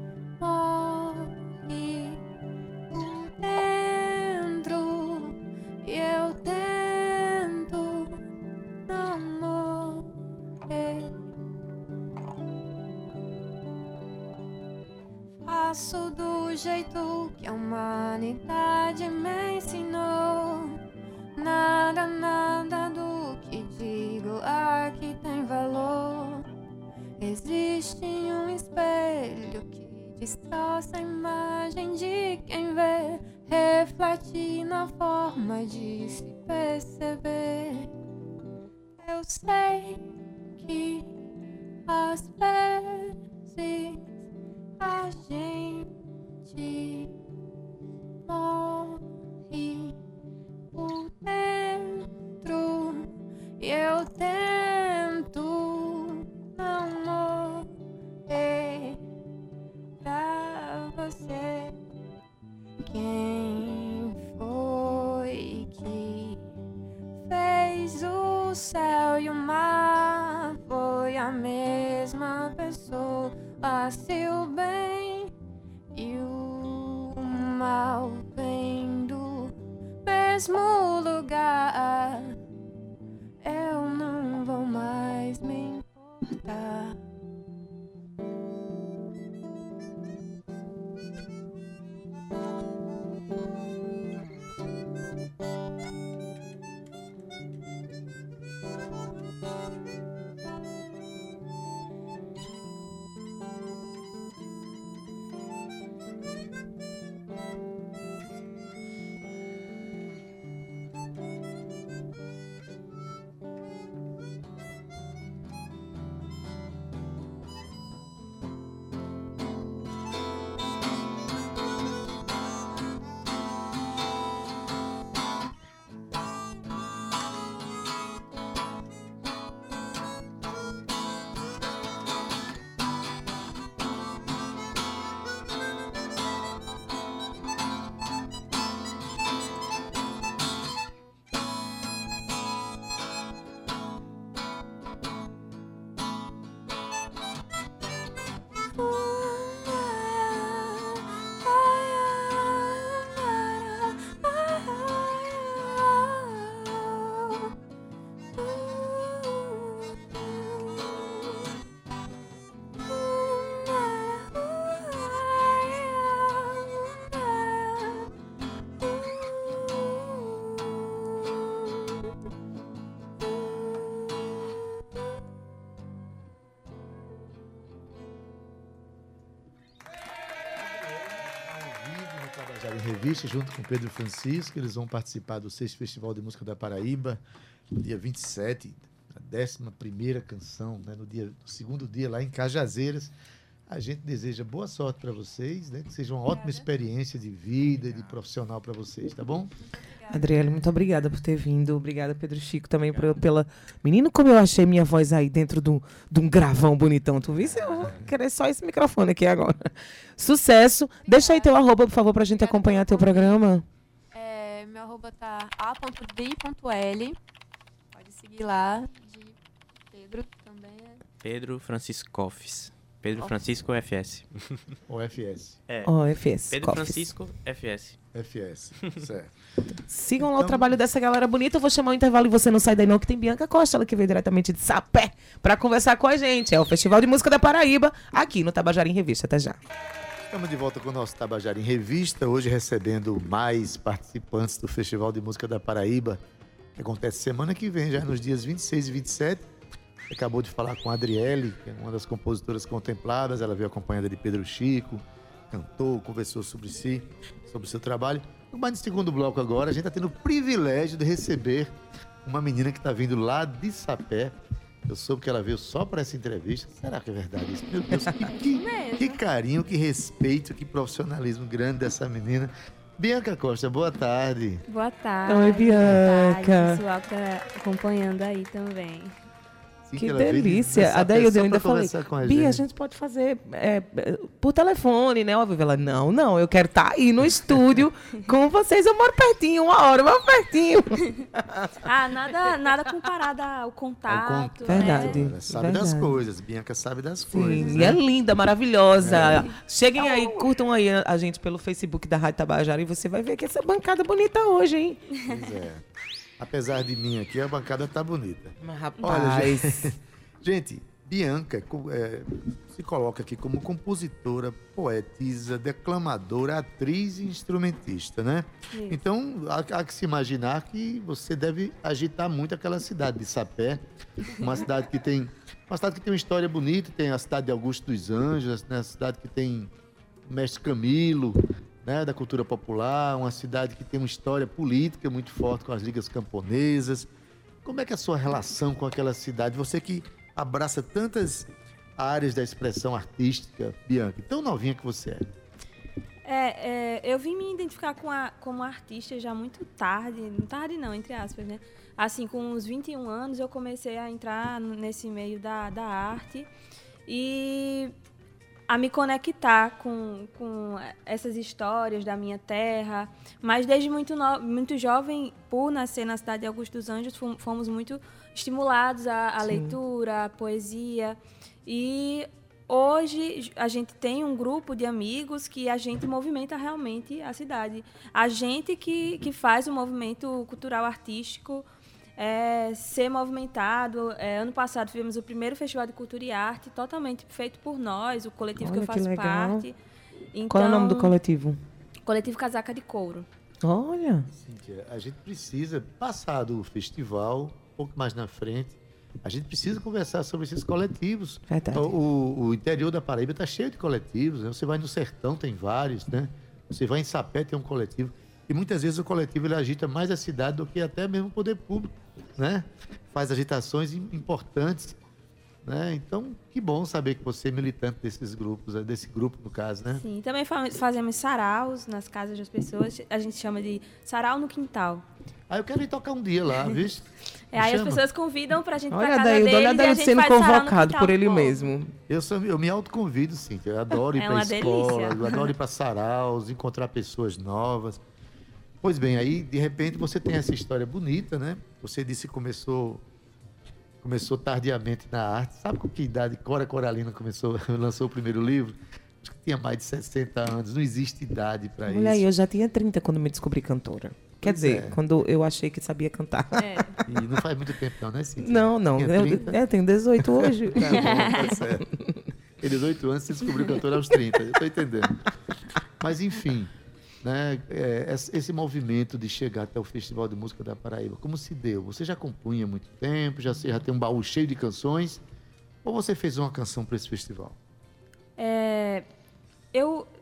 morre por dentro e eu tento não morrer. Faço do jeito que a humanidade me ensinou. Nada, nada do que digo aqui tem valor. Existe um espelho que destroça a imagem de quem vê, reflete na forma de se perceber. Eu sei que às vezes a gente morre por dentro e eu tento não morrer pra você. Quem foi que fez o céu e o mar? Foi a mesma pessoa. Se o bem e o mal vem do mesmo lugar, eu não vou mais me importar. Tabajara em Revista, junto com o Pedro Francisco. Eles vão participar do sexto Festival de Música da Paraíba, no dia vinte e sete, a décima primeira canção, né, no, dia, no segundo dia, lá em Cajazeiras. A gente deseja boa sorte para vocês, né, que seja uma ótima experiência de vida e de profissional para vocês, tá bom? Adriele, muito obrigada por ter vindo. Obrigada, Pedro Chico, também por, pela... Menino, como eu achei minha voz aí dentro de um, de um gravão bonitão. Tu viu? Eu vou querer só esse microfone aqui agora. Sucesso. Deixa aí teu arroba, por favor, pra gente acompanhar teu programa. É, meu arroba tá a ponto d ponto l. Pode seguir lá. De Pedro também é. Pedro Francisco Coffes. Pedro Francisco F S. Ou F S. É. Ó, F S. Pedro Coffes. Francisco F S. F S, certo. Sigam lá o Então- trabalho dessa galera bonita. Eu vou chamar o intervalo e você não sai daí não, que tem Bianca Costa, ela que veio diretamente de Sapé pra conversar com a gente. É o Festival de Música da Paraíba, aqui no Tabajara em Revista. Até já. Estamos de volta com o nosso Tabajara em Revista, hoje recebendo mais participantes do Festival de Música da Paraíba, que acontece semana que vem, já nos dias vinte e seis e vinte e sete. Acabou de falar com a Adriele, que é uma das compositoras contempladas, ela veio acompanhada de Pedro Chico, cantou, conversou sobre si, sobre o seu trabalho. Mas no segundo bloco agora, a gente está tendo o privilégio de receber uma menina que está vindo lá de Sapé. Eu soube que ela veio só para essa entrevista. Será que é verdade isso? Meu Deus, que, que, que carinho, que respeito, que profissionalismo grande dessa menina. Bianca Costa, boa tarde. Boa tarde. Oi, Boa Bianca. tarde, pessoal que tá acompanhando aí também. Sim, Que ela veio de- delícia. de A Daí eu Sapé só ainda pra falei, conversar com a Bia, a gente. gente pode fazer é, é, por telefone, né? Ao vivo. Ela, não, não, eu quero estar aí no estúdio com vocês. Eu moro pertinho, uma hora, eu moro pertinho. Ah, nada, nada comparado ao contato. Ao Verdade. Ela sabe das verdade. coisas, Bianca sabe das Sim, coisas. e né? é linda, maravilhosa. Cheguem aí, curtam aí a, a gente pelo Facebook da Rádio Tabajara e você vai ver que essa bancada bonita hoje, hein? Pois é. Apesar de mim aqui, a bancada tá bonita. Mas, Olha, rapaz, gente, gente, Bianca co- é, se coloca aqui como compositora, poetisa, declamadora, atriz e instrumentista, né? Isso. Então, há, há que se imaginar que você deve agitar muito aquela cidade de Sapé, uma cidade que tem uma cidade que tem uma história bonita, tem a cidade de Augusto dos Anjos, né? A cidade que tem o Mestre Camilo, né, da cultura popular, uma cidade que tem uma história política muito forte com as ligas camponesas. Como é que é a sua relação com aquela cidade? Você que abraça tantas áreas da expressão artística, Bianca, tão novinha que você é. É, é, eu vim me identificar com a, como artista já muito tarde, não tarde não, entre aspas, né? Assim, com uns vinte e um anos eu comecei a entrar nesse meio da, da arte e a me conectar com, com essas histórias da minha terra, mas desde muito, no, muito jovem, por nascer na cidade de Augusto dos Anjos, fom- fomos muito estimulados à, à leitura, à poesia, e hoje a gente tem um grupo de amigos que a gente movimenta realmente a cidade. A gente que, que faz o movimento cultural artístico é, ser movimentado. É, ano passado tivemos o primeiro Festival de Cultura e Arte, totalmente feito por nós, o coletivo que Olha eu que faço legal. parte. Então, qual é o nome do coletivo? Coletivo Casaca de Couro. Olha, Cíntia, a gente precisa, passar do festival, um pouco mais na frente, a gente precisa conversar sobre esses coletivos. verdade. O, o- o interior da Paraíba está cheio de coletivos, né? Você vai no Sertão, tem vários, né? Você vai em Sapé, tem um coletivo. E muitas vezes o coletivo ele agita mais a cidade do que até mesmo o poder público, né? Faz agitações im- importantes, né? Então, que bom saber que você é militante desses grupos, né? Desse grupo, no caso, né? Sim, também fa- fazemos saraus nas casas das pessoas. A gente chama de sarau no quintal. Ah, eu quero ir tocar um dia lá, viu? É, aí as pessoas convidam pra gente ir pra Olha casa daí, deles olha e a daí gente sendo faz sarau no convocado quintal por do ele povo. mesmo. Eu, sou, eu me autoconvido, sim. Eu adoro ir É para a uma escola, delícia. eu adoro ir para saraus, encontrar pessoas novas. Pois bem, aí, de repente, você tem essa história bonita, né? Você disse que começou, começou tardiamente na arte. Sabe com que idade Cora Coralina começou, lançou o primeiro livro? Acho que tinha mais de sessenta anos. Não existe idade para isso. Olha aí, eu já tinha trinta quando me descobri cantora. Quer Pois dizer, é. quando eu achei que sabia cantar. É. E não faz muito tempo não, né, Cíntia? Não, não. Tinha Eu, trinta? eu tenho dezoito hoje. Tá bom, tá certo. Ele, dezoito anos, se descobriu cantor aos trinta. Eu tô entendendo. Mas, enfim, né, é, esse esse movimento de chegar até o Festival de Música da Paraíba, como se deu? Você já compunha há muito tempo, já, já tem um baú cheio de canções, ou você fez uma canção para esse festival? É, eu,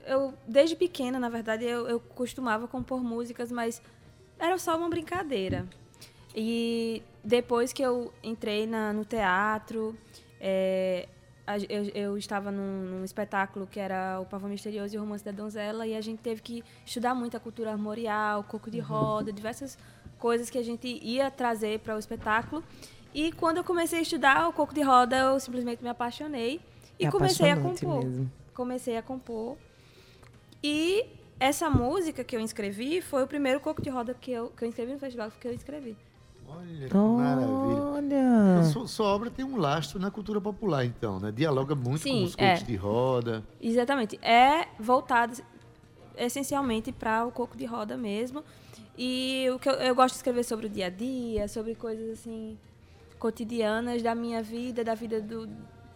eu, desde pequena, na verdade, eu, eu costumava compor músicas, mas era só uma brincadeira. E depois que eu entrei na, no teatro, é, a- eu, eu estava num, num espetáculo que era O Pavão Misterioso e o Romance da Donzela, e a gente teve que estudar muito a cultura armorial, coco de roda, diversas coisas que a gente ia trazer para o espetáculo. E quando eu comecei a estudar o coco de roda, eu simplesmente me apaixonei e É comecei a apaixonante compor. mesmo. Comecei a compor. E essa música que eu escrevi foi o primeiro coco de roda que eu, que eu escrevi no festival, que eu escrevi. Olha que maravilha. Olha. Então, sua, sua obra tem um lastro na cultura popular, então, né? Dialoga muito Sim, com os cocos é. de roda. Exatamente. É voltado essencialmente para o coco de roda mesmo. E o que eu, eu gosto de escrever sobre o dia a dia, sobre coisas assim cotidianas da minha vida, da vida do,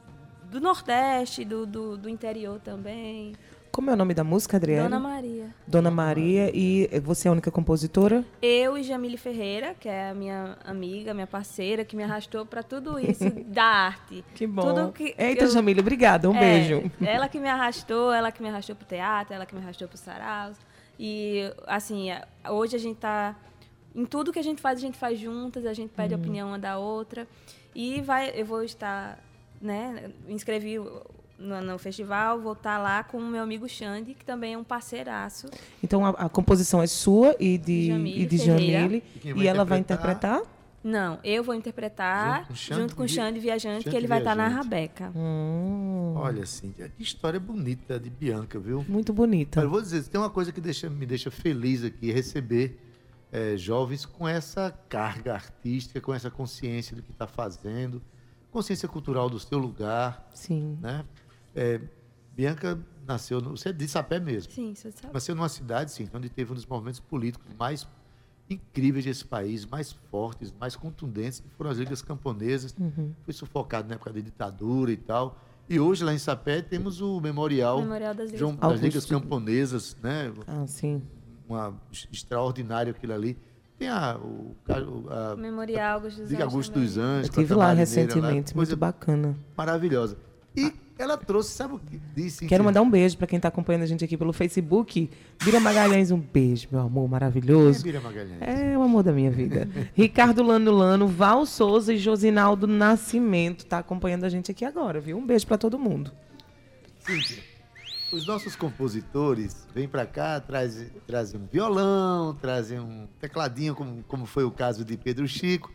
do Nordeste, do, do, do interior também. Como é o nome da música, Adriana? Dona Maria. Dona Maria. E você é a única compositora? Eu e Jamile Ferreira, que é a minha amiga, minha parceira, que me arrastou para tudo isso da arte. Que bom. Tudo que Eita, eu- Jamília, obrigada. Um É, beijo. Ela que me arrastou, ela que me arrastou pro teatro, ela que me arrastou pro saraus. E, assim, a- hoje a gente tá... Em tudo que a gente faz, a gente faz juntas, a gente pede a opinião uma da outra. E vai, eu vou estar, né, me inscrevi no, no festival, vou estar lá com o meu amigo Xande, que também é um parceiraço. Então a, a composição é sua e de, Jamile e de Ferreira. Jamile. E quem E, vai ela vai interpretar? interpretar? Não, eu vou interpretar Junto com Xande junto com o Vi- Xande Viajante, Xande que ele vai estar na Viajante. Rabeca. Hum, Olha, Cíntia, que história bonita de Bianca, viu? muito bonita. Olha, eu vou dizer, tem uma coisa que deixa- me deixa feliz aqui, receber eh, jovens com essa carga artística, com essa consciência do que está fazendo, consciência cultural do seu lugar, Sim. né? Eh, Bianca nasceu, no, você é de Sapé mesmo, Sim, você sabe. nasceu numa cidade, sim, onde teve um dos movimentos políticos mais incríveis desse país, mais fortes, mais contundentes, que foram as ligas camponesas. Uhum. Foi sufocado na época da ditadura e tal. E hoje, lá em Sapé, temos o memorial, Memorial das Ligas João- das Augusto. ligas camponesas, né? Ah, sim. Uma extraordinário aquilo ali. Tem a, o, a, a Memorial Augusto dos Liga Anjos Augusto também. dos Anjos. Eu com a estive lá Tamara Mineira recentemente, coisa muito bacana. maravilhosa. E ela trouxe, sabe o que disse? Quero mandar um beijo para quem está acompanhando a gente aqui pelo Facebook. Bira Magalhães, um beijo, meu amor, maravilhoso. Bira Magalhães. É o amor da minha vida. Ricardo Lano Lano, Val Souza e Josinaldo Nascimento tá acompanhando a gente aqui agora, viu? Um beijo para todo mundo. Cíntia, os nossos compositores vêm para cá, trazem, trazem um violão, trazem um tecladinho, como, como foi o caso de Pedro Chico.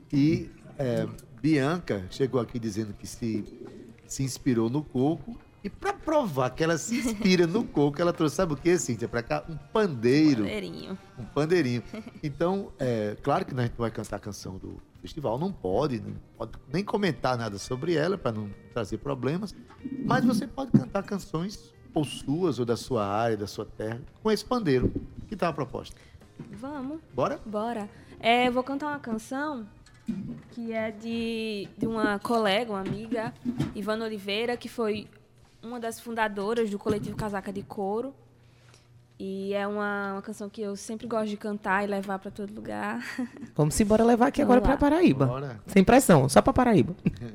E é, Bianca chegou aqui dizendo que se, se inspirou no coco. E para provar que ela se inspira no coco, ela trouxe, sabe o que, Cíntia? Para cá, um pandeiro. Bandeirinho. Um pandeirinho. Então, é claro que a gente não vai cantar a canção do festival, não pode, não pode nem comentar nada sobre ela para não trazer problemas, mas você pode cantar canções ou suas ou da sua área, da sua terra, com esse pandeiro. Que tal a proposta? Vamos. Bora? Bora. É, eu vou cantar uma canção que é de, de uma colega, uma amiga, Ivana Oliveira, que foi uma das fundadoras do coletivo Casaca de Couro. E é uma, uma canção que eu sempre gosto de cantar e levar para todo lugar. Vamos embora levar aqui Vamos agora para lá. Paraíba. Bora. Sem pressão, só para Paraíba.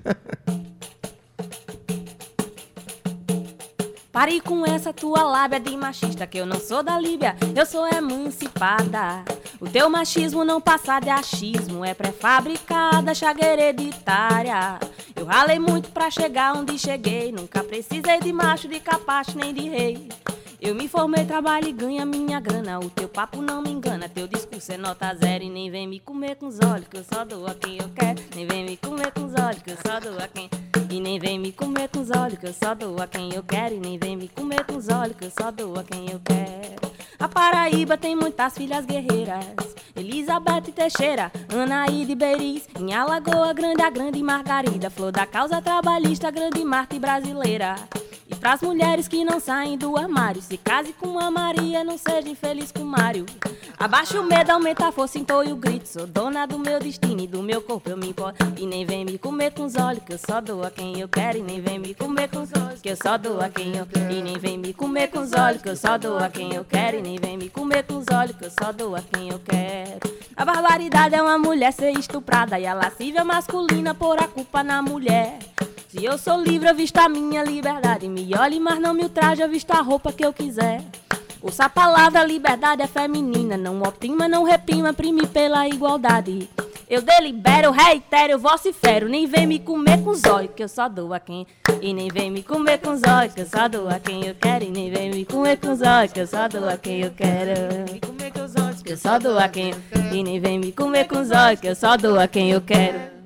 Pare com essa tua lábia de machista, que eu não sou da Líbia, eu sou emancipada. O teu machismo não passa de achismo, é pré-fabricada, chaga hereditária. Eu ralei muito pra chegar onde cheguei, nunca precisei de macho, de capacho nem de rei. Eu me formei, trabalho e ganho minha grana. O teu papo não me engana, teu discurso é nota zero. E nem vem me comer com os olhos, que eu só dou a quem eu quero. Nem vem me comer com os olhos, que eu só dou a quem... E nem vem me comer com os olhos, que eu só dou a quem eu quero. E nem vem me comer com os olhos, que eu só dou a quem eu quero. A Paraíba tem muitas filhas guerreiras, Elizabeth Teixeira, Anaíde Beiriz. Em Alagoa Grande, a grande Margarida, flor da causa trabalhista, grande Marte brasileira. E pras mulheres que não saem do armário, se case com a Maria, não seja infeliz com Mário. Abaixa o medo, aumenta a força, entoie o grito. Sou dona do meu destino e do meu corpo eu me importo. E nem vem me comer com os olhos, que eu só dou a quem eu quero. E nem vem me comer com os olhos, que eu só dou a quem eu quero. E nem vem me comer com os olhos, que eu só dou a quem eu quero. E nem vem me comer com os olhos, que eu só dou a quem eu quero. A barbaridade é uma mulher ser estuprada e a lascívia masculina pôr a culpa na mulher. Se eu sou livre, eu visto a minha liberdade. Me olhe, mas não me ultraje, eu visto a roupa que eu quiser. Ouça a palavra, liberdade é feminina. Não optima, não reprima, prime pela igualdade. Eu delibero, reitero, eu vocifero. Nem vem me comer com zóio, que eu só dou a quem. E nem vem me comer com zóio, que eu só dou a quem eu quero. E nem vem me comer com zóio, que eu só dou a quem eu quero. Me comer com zóio, que eu só dou a quem. E nem vem me comer com zóio, que eu só dou a quem eu quero.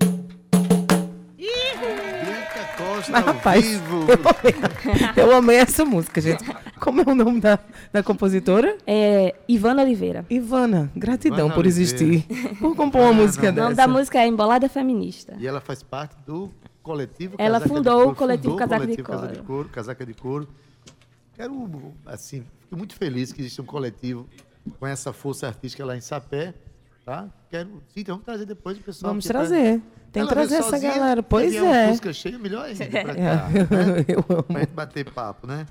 Bianca Costa Mas, ao rapaz, vivo. Eu, eu amei essa música, gente. Como é o nome da, da compositora? É Ivana Oliveira. Ivana, gratidão Ivana por existir. Por compor uma Ah, música não. O dessa. nome da música é Embolada Feminista. E ela faz parte do coletivo Ela Casaca de fundou Couro, o coletivo fundou Casaca de coletivo Casaca de Couro. Couro, Casaca de Couro. Quero, assim, fico muito feliz que existe um coletivo com essa força artística lá em Sapé, tá? Quero, sim, vamos trazer depois o pessoal. Vamos aqui pra- trazer. Tem que Ela veio trazer essa sozinha, galera. se Pois vier uma é. música cheia, melhor ainda pra cá, É, né? eu amo. Pra gente bater papo, né?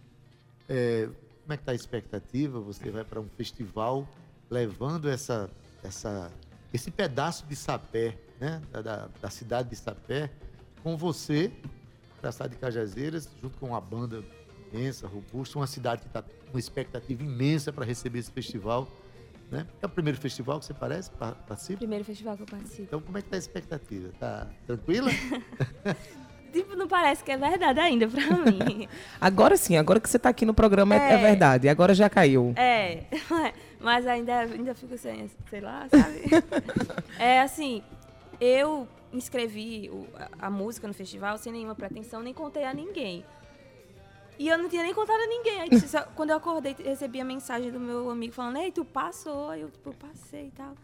É, como é que tá a expectativa? Você vai para um festival levando essa, essa, esse pedaço de Sapé, né? Da, da, da cidade de Sapé, com você, da cidade de Cajazeiras, junto com uma banda imensa, robusta, uma cidade que está com uma expectativa imensa para receber esse festival, né? É o primeiro festival que você parece, pa- participa? Primeiro festival que eu participo. Então, como é que tá a expectativa? Tá tranquila? Tipo, não parece que é verdade ainda pra mim. Agora sim, agora que você está aqui no programa é, é É. verdade. Agora já caiu. É, mas ainda, ainda fico sem, sei lá, sabe? É assim, eu inscrevi o- a, a música no festival sem nenhuma pretensão, nem contei a ninguém. E eu não tinha nem contado a ninguém. Aí, só- quando eu acordei, recebi a mensagem do meu amigo falando, ei, tu passou? Aí eu, tipo, passei e tal.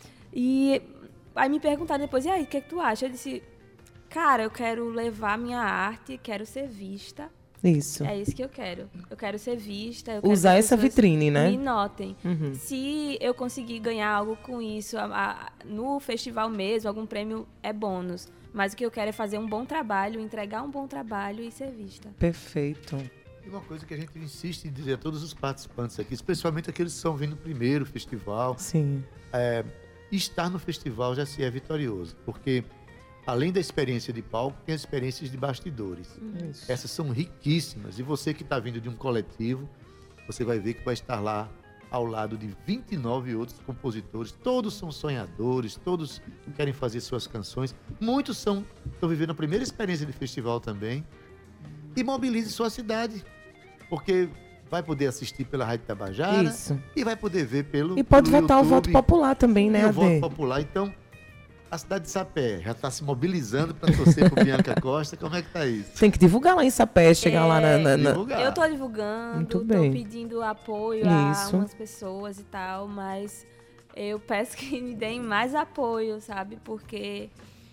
E aí me perguntaram depois, e aí, o que, é que tu acha? Eu disse, cara, eu quero levar minha arte, quero ser vista. Isso. É isso que eu quero. Eu quero ser vista. Eu quero Usar que as essa pessoas vitrine, né? Me notem. Uhum. Se eu conseguir ganhar algo com isso, a- a- no festival mesmo, algum prêmio é bônus. Mas o que eu quero é fazer um bom trabalho, entregar um bom trabalho e ser vista. Perfeito. E uma coisa que a gente insiste em dizer a todos os participantes aqui, especialmente aqueles que estão vindo primeiro festival, Sim. é, estar no festival já se é vitorioso, porque além da experiência de palco, tem as experiências de bastidores. Isso. Essas são riquíssimas. E você que está vindo de um coletivo, você vai ver que vai estar lá ao lado de vinte e nove outros compositores. Todos são sonhadores, todos querem fazer suas canções. Muitos são, estão vivendo a primeira experiência de festival também. E mobilize sua cidade, porque vai poder assistir pela Rádio Tabajara Isso. e vai poder ver pelo E pode pelo votar o voto YouTube, popular também, né, e o voto Ade? popular. Então, a cidade de Sapé já está se mobilizando para torcer por Bianca Costa. Como é que tá isso? Tem que divulgar lá em Sapé, chegar lá na... na- na- Divulgar. Eu tô divulgando, Muito tô bem. pedindo apoio Isso. a umas pessoas e tal, mas eu peço que me deem mais apoio, sabe? Porque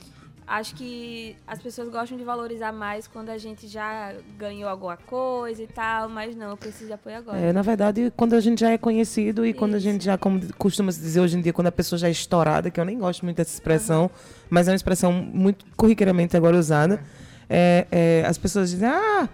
acho que as pessoas gostam de valorizar mais quando a gente já ganhou alguma coisa e tal, mas não, eu preciso de apoio agora. É, na verdade, quando a gente já é conhecido e quando a Isso. gente já, como costuma se dizer hoje em dia, quando a pessoa já é estourada, que eu nem gosto muito dessa expressão, mas é uma expressão muito corriqueiramente agora usada, é, é, as pessoas dizem, ah,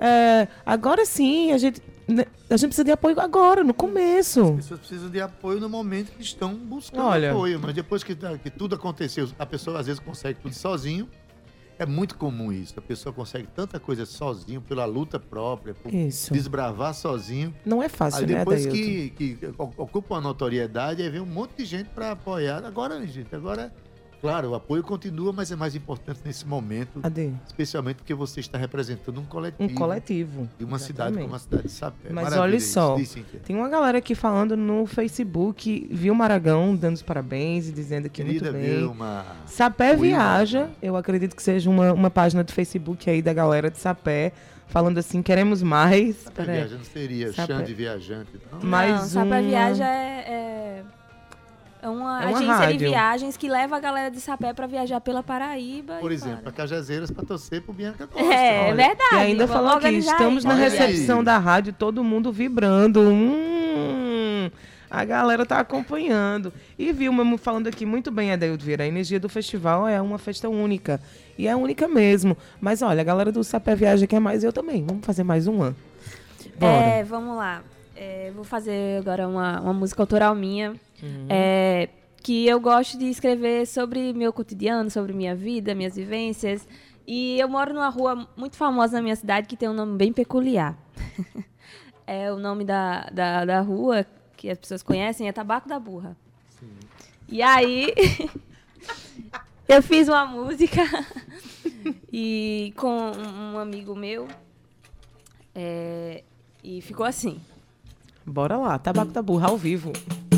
é, agora sim, a gente, né, a gente precisa de apoio agora, no começo. As pessoas precisam de apoio no momento que estão buscando Olha. apoio, mas depois que, que tudo aconteceu, a pessoa às vezes consegue tudo sozinho. É muito comum isso. A pessoa consegue tanta coisa sozinho, pela luta própria, por Isso. desbravar sozinho. Não é fácil, Aí né, depois Adailton? que, que ocupa uma notoriedade, aí vem um monte de gente para apoiar. Agora, gente, agora, claro, o apoio continua, mas é mais importante nesse momento, Ade, especialmente porque você está representando um coletivo. um coletivo. E uma cidade Exatamente. como a cidade de Sapé. Mas Maravilha olha isso. só, Diz, Cíntia. tem uma galera aqui falando no Facebook, viu Maragão dando os parabéns e dizendo que Querida muito bem. Vilma. Sapé Wilma. Viaja, eu acredito que seja uma, uma página do Facebook aí da galera de Sapé, falando assim, queremos mais. Sapé Peraí. Viajante seria Sapé. Xande Viajante. Não? Mais não, Sapé uma- Viaja é, é, é uma É uma agência rádio. de viagens que leva a galera de Sapé pra viajar pela Paraíba. Por e exemplo, fora. a Cajazeiras para torcer pro Bianca Costa. É, Olha, é verdade. E ainda vamos falou aqui, organizar estamos isso. na Olha recepção aí. da rádio, todo mundo vibrando. Hum, a galera tá acompanhando. E Vilma falando aqui muito bem, Adaildo Vieira, a energia do festival é uma festa única. E é única mesmo. Mas olha, a galera do Sapé Viaja quer mais, eu também. Vamos fazer mais uma. Bora. É, vamos lá. É, vou fazer agora uma, uma música autoral minha. Uhum. É, que eu gosto de escrever sobre meu cotidiano, sobre minha vida, minhas vivências. E eu moro numa rua muito famosa na minha cidade que tem um nome bem peculiar. É o nome da, da, da rua que as pessoas conhecem é Tabaco da Burra. Sim. E aí eu fiz uma música e com um amigo meu é, e ficou assim. Bora lá, Tabaco da Burra ao vivo.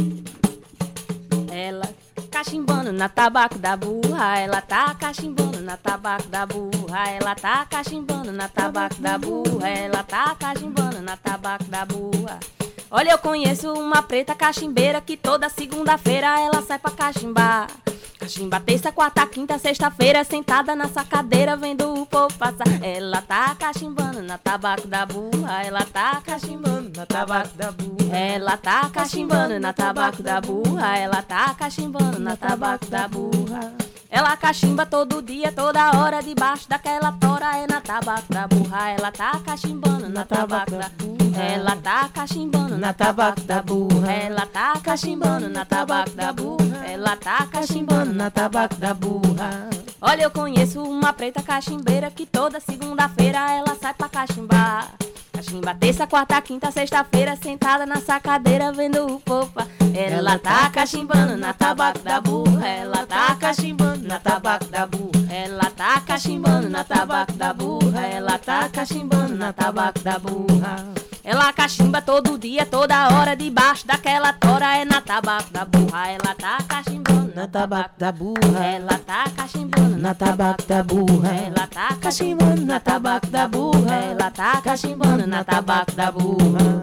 Ela cachimbando na tabaco da burra, ela tá cachimbando na tabaco da burra, ela tá cachimbando na tabaco da burra, ela tá cachimbando na tabaco da burra. Olha, eu conheço uma preta cachimbeira que toda segunda-feira ela sai pra cachimbar. Cachimba terça, quarta, quinta, sexta-feira, sentada nessa cadeira vendo o povo passar. Ela tá cachimbando na tabaco da burra, ela tá cachimbando na tabaco da burra, ela tá cachimbando na tabaco da burra, ela tá cachimbando na tabaco da burra. Ela cachimba todo dia, toda hora, debaixo daquela tora, é na tabaco da burra. Ela tá cachimbando na tabaco da burra, ela tá cachimbando na tabaco da burra, ela tá cachimbando na tabaco da burra, ela tá cachimbando na tabaco da burra. Olha, eu conheço uma preta cachimbeira que toda segunda-feira ela sai pra cachimbar. Cachimba terça, quarta, quinta, sexta-feira, sentada nessa cadeira vendo o povo. Ela tá cachimbando na tabaco da burra, ela tá cachimbando na tabaco da burra, ela tá cachimbando na tabaco da burra, ela tá cachimbando na tabaco da burra. Ela cachimba todo dia, toda hora, debaixo daquela tora, é na tabaco da burra. Ela tá cachimbando na tabaco da burra, ela tá cachimbando na tabaco da burra, ela tá cachimbando na tabaco da burra, ela tá cachimbando na tabaco da burra.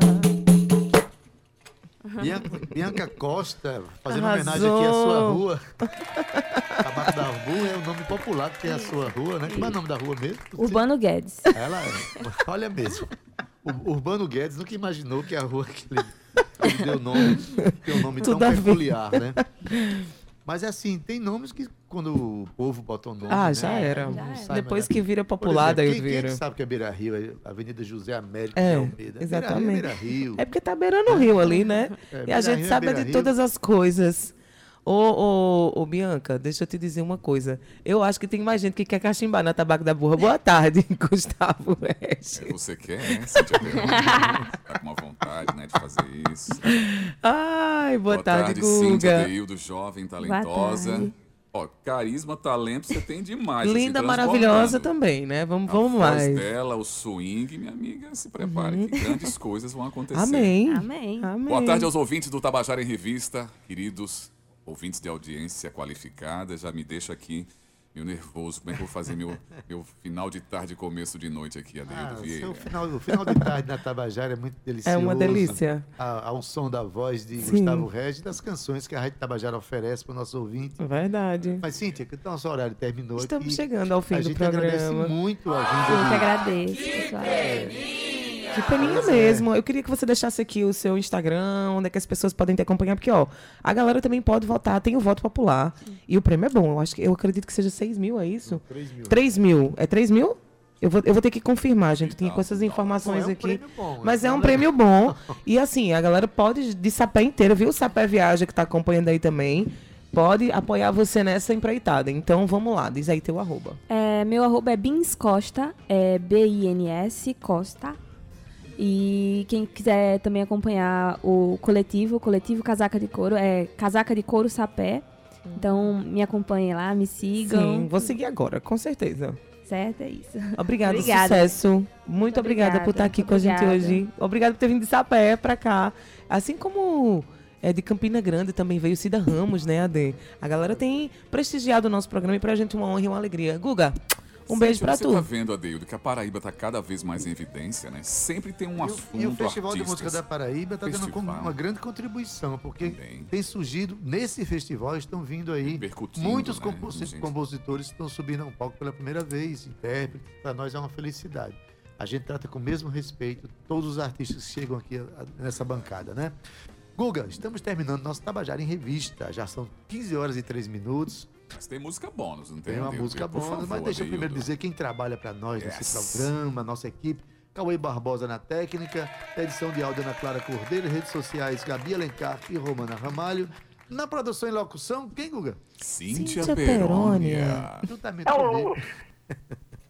Bianca, Bianca Costa, fazendo Arrasou. homenagem aqui à sua rua. Tabaco da Burra é o nome popular que tem a sua rua, né? Como é o nome da rua mesmo? Urbano Guedes. Ela é. Olha mesmo. O Urbano Guedes nunca imaginou que a rua que ele, ele deu nome tem um nome Tudo tão a ver. peculiar, né? Mas é assim, tem nomes que quando o povo bota o nome. Ah, né, já era. não Já era. sai Depois mais que vira Por popular, exemplo, daí quem, quem vira. que sabe que é Beira Rio, é Avenida José Américo É, de Almeida. exatamente. Beira Rio. É porque tá beirando o rio ali, né? É, E a Beira gente Rio é sabe Beira de Rio. todas as coisas. Ô, ô, ô, Bianca, deixa eu te dizer uma coisa. Eu acho que tem mais gente que quer cachimbar na tabaco da burra. Boa tarde, Gustavo Reis. É, você quer, né, Cíntia Peroni? Tá com uma vontade, né, de fazer isso. Ai, boa, tarde, Cíntia Guga. Deildo, jovem, talentosa. tarde. Ó, carisma, talento, você tem demais. Linda, assim, maravilhosa transbordando. também, né? Vamos, A vamos voz mais. dela, o swing, minha amiga, se prepare que grandes coisas vão acontecer. Amém. Amém. Amém. Boa tarde aos ouvintes do Tabajara em Revista, queridos ouvintes de audiência qualificada. Já me deixa aqui meio nervoso. Como é que eu vou fazer meu, meu final de tarde e começo de noite aqui, Adeildo Ah, o, Vieira? seu final, o final de tarde na Tabajara é muito delicioso. É uma delícia. A- Ao som da voz de Sim. Gustavo Regis e das canções que a Rádio Tabajara oferece para o nosso ouvinte. Verdade. Mas, Cíntia, que o nosso horário terminou Estamos aqui. chegando ao fim A do gente agradece programa. muito a Eu vinda que de... agradeço, pessoal. Que peninha mesmo. Eu queria que você deixasse aqui o seu Instagram, onde é que as pessoas podem te acompanhar, porque, ó, a galera também pode votar, tem o voto popular. E o prêmio é bom. Eu acho que eu acredito que seja seis mil, é isso? três mil. três mil. É três mil? Eu vou, eu vou ter que confirmar, gente. Tinha Não, com essas não, informações Não, é um aqui. prêmio bom, Mas é um né? prêmio bom. E assim, a galera pode, de Sapé inteira, viu? O Sapé Viaja que tá acompanhando aí também, pode apoiar você nessa empreitada. Então, vamos lá. Diz aí teu arroba. É, meu arroba é Bins Costa, é B I N S Costa. E quem quiser também acompanhar o coletivo, o coletivo Casaca de Couro, é Casaca de Couro Sapé. Então, me acompanhem lá, me sigam. Sim, vou seguir agora, com certeza. Certo, é isso. Obrigada, Obrigada. sucesso. Muito, Muito obrigada, por obrigada, estar aqui muito com a gente obrigada. hoje. Obrigada por ter vindo de Sapé pra cá. Assim como é de Campina Grande também veio Cida Ramos, né, Ade? A galera tem prestigiado o nosso programa e pra gente uma honra e uma alegria. Guga, um beijo pra você tu. tá vendo, Adeildo, que a Paraíba tá cada vez mais em evidência, né? Sempre tem um E o- assunto, E o Festival de artistas. Música da Paraíba está dando Festival. com- uma grande contribuição, porque Também. tem surgido, nesse festival, estão vindo aí Repercutindo, muitos né, composi- gente? compositores que estão subindo ao palco pela primeira vez, intérprete. Para nós é uma felicidade. A gente trata com o mesmo respeito todos os artistas que chegam aqui a- a- nessa bancada, né? Guga, estamos terminando nosso Tabajara em Revista. Já são quinze horas e três minutos. Mas tem música bônus, não tem? Tem uma Adeildo? música Por boa, favor, mas deixa eu Adeildo. primeiro dizer quem trabalha para nós Yes. nesse programa, nossa equipe. Cauê Barbosa na técnica, edição de áudio Ana Clara Cordeiro, redes sociais Gabi Alencar e Romana Ramalho. Na produção e locução, quem, Guga? Cíntia Cíntia Perônia. Perônia. Juntamente comigo.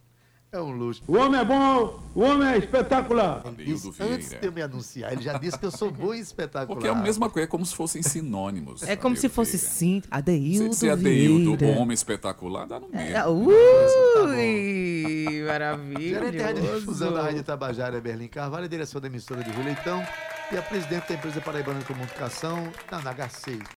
É um luxo. O homem é bom, o homem é espetacular. Isso, antes de eu me anunciar, ele já disse que eu sou bom e espetacular. Porque é a mesma coisa, é como se fossem sinônimos. É como se fosse sim, Adeildo Se é Adeildo, Vieira. homem espetacular, dá no mesmo. É, ui, maravilha. Gerente de rádio de difusão da Rádio Tabajara, Berlim Carvalho, a direção da emissora de Rio Leitão e a presidente da empresa paraibana de comunicação, da H seis.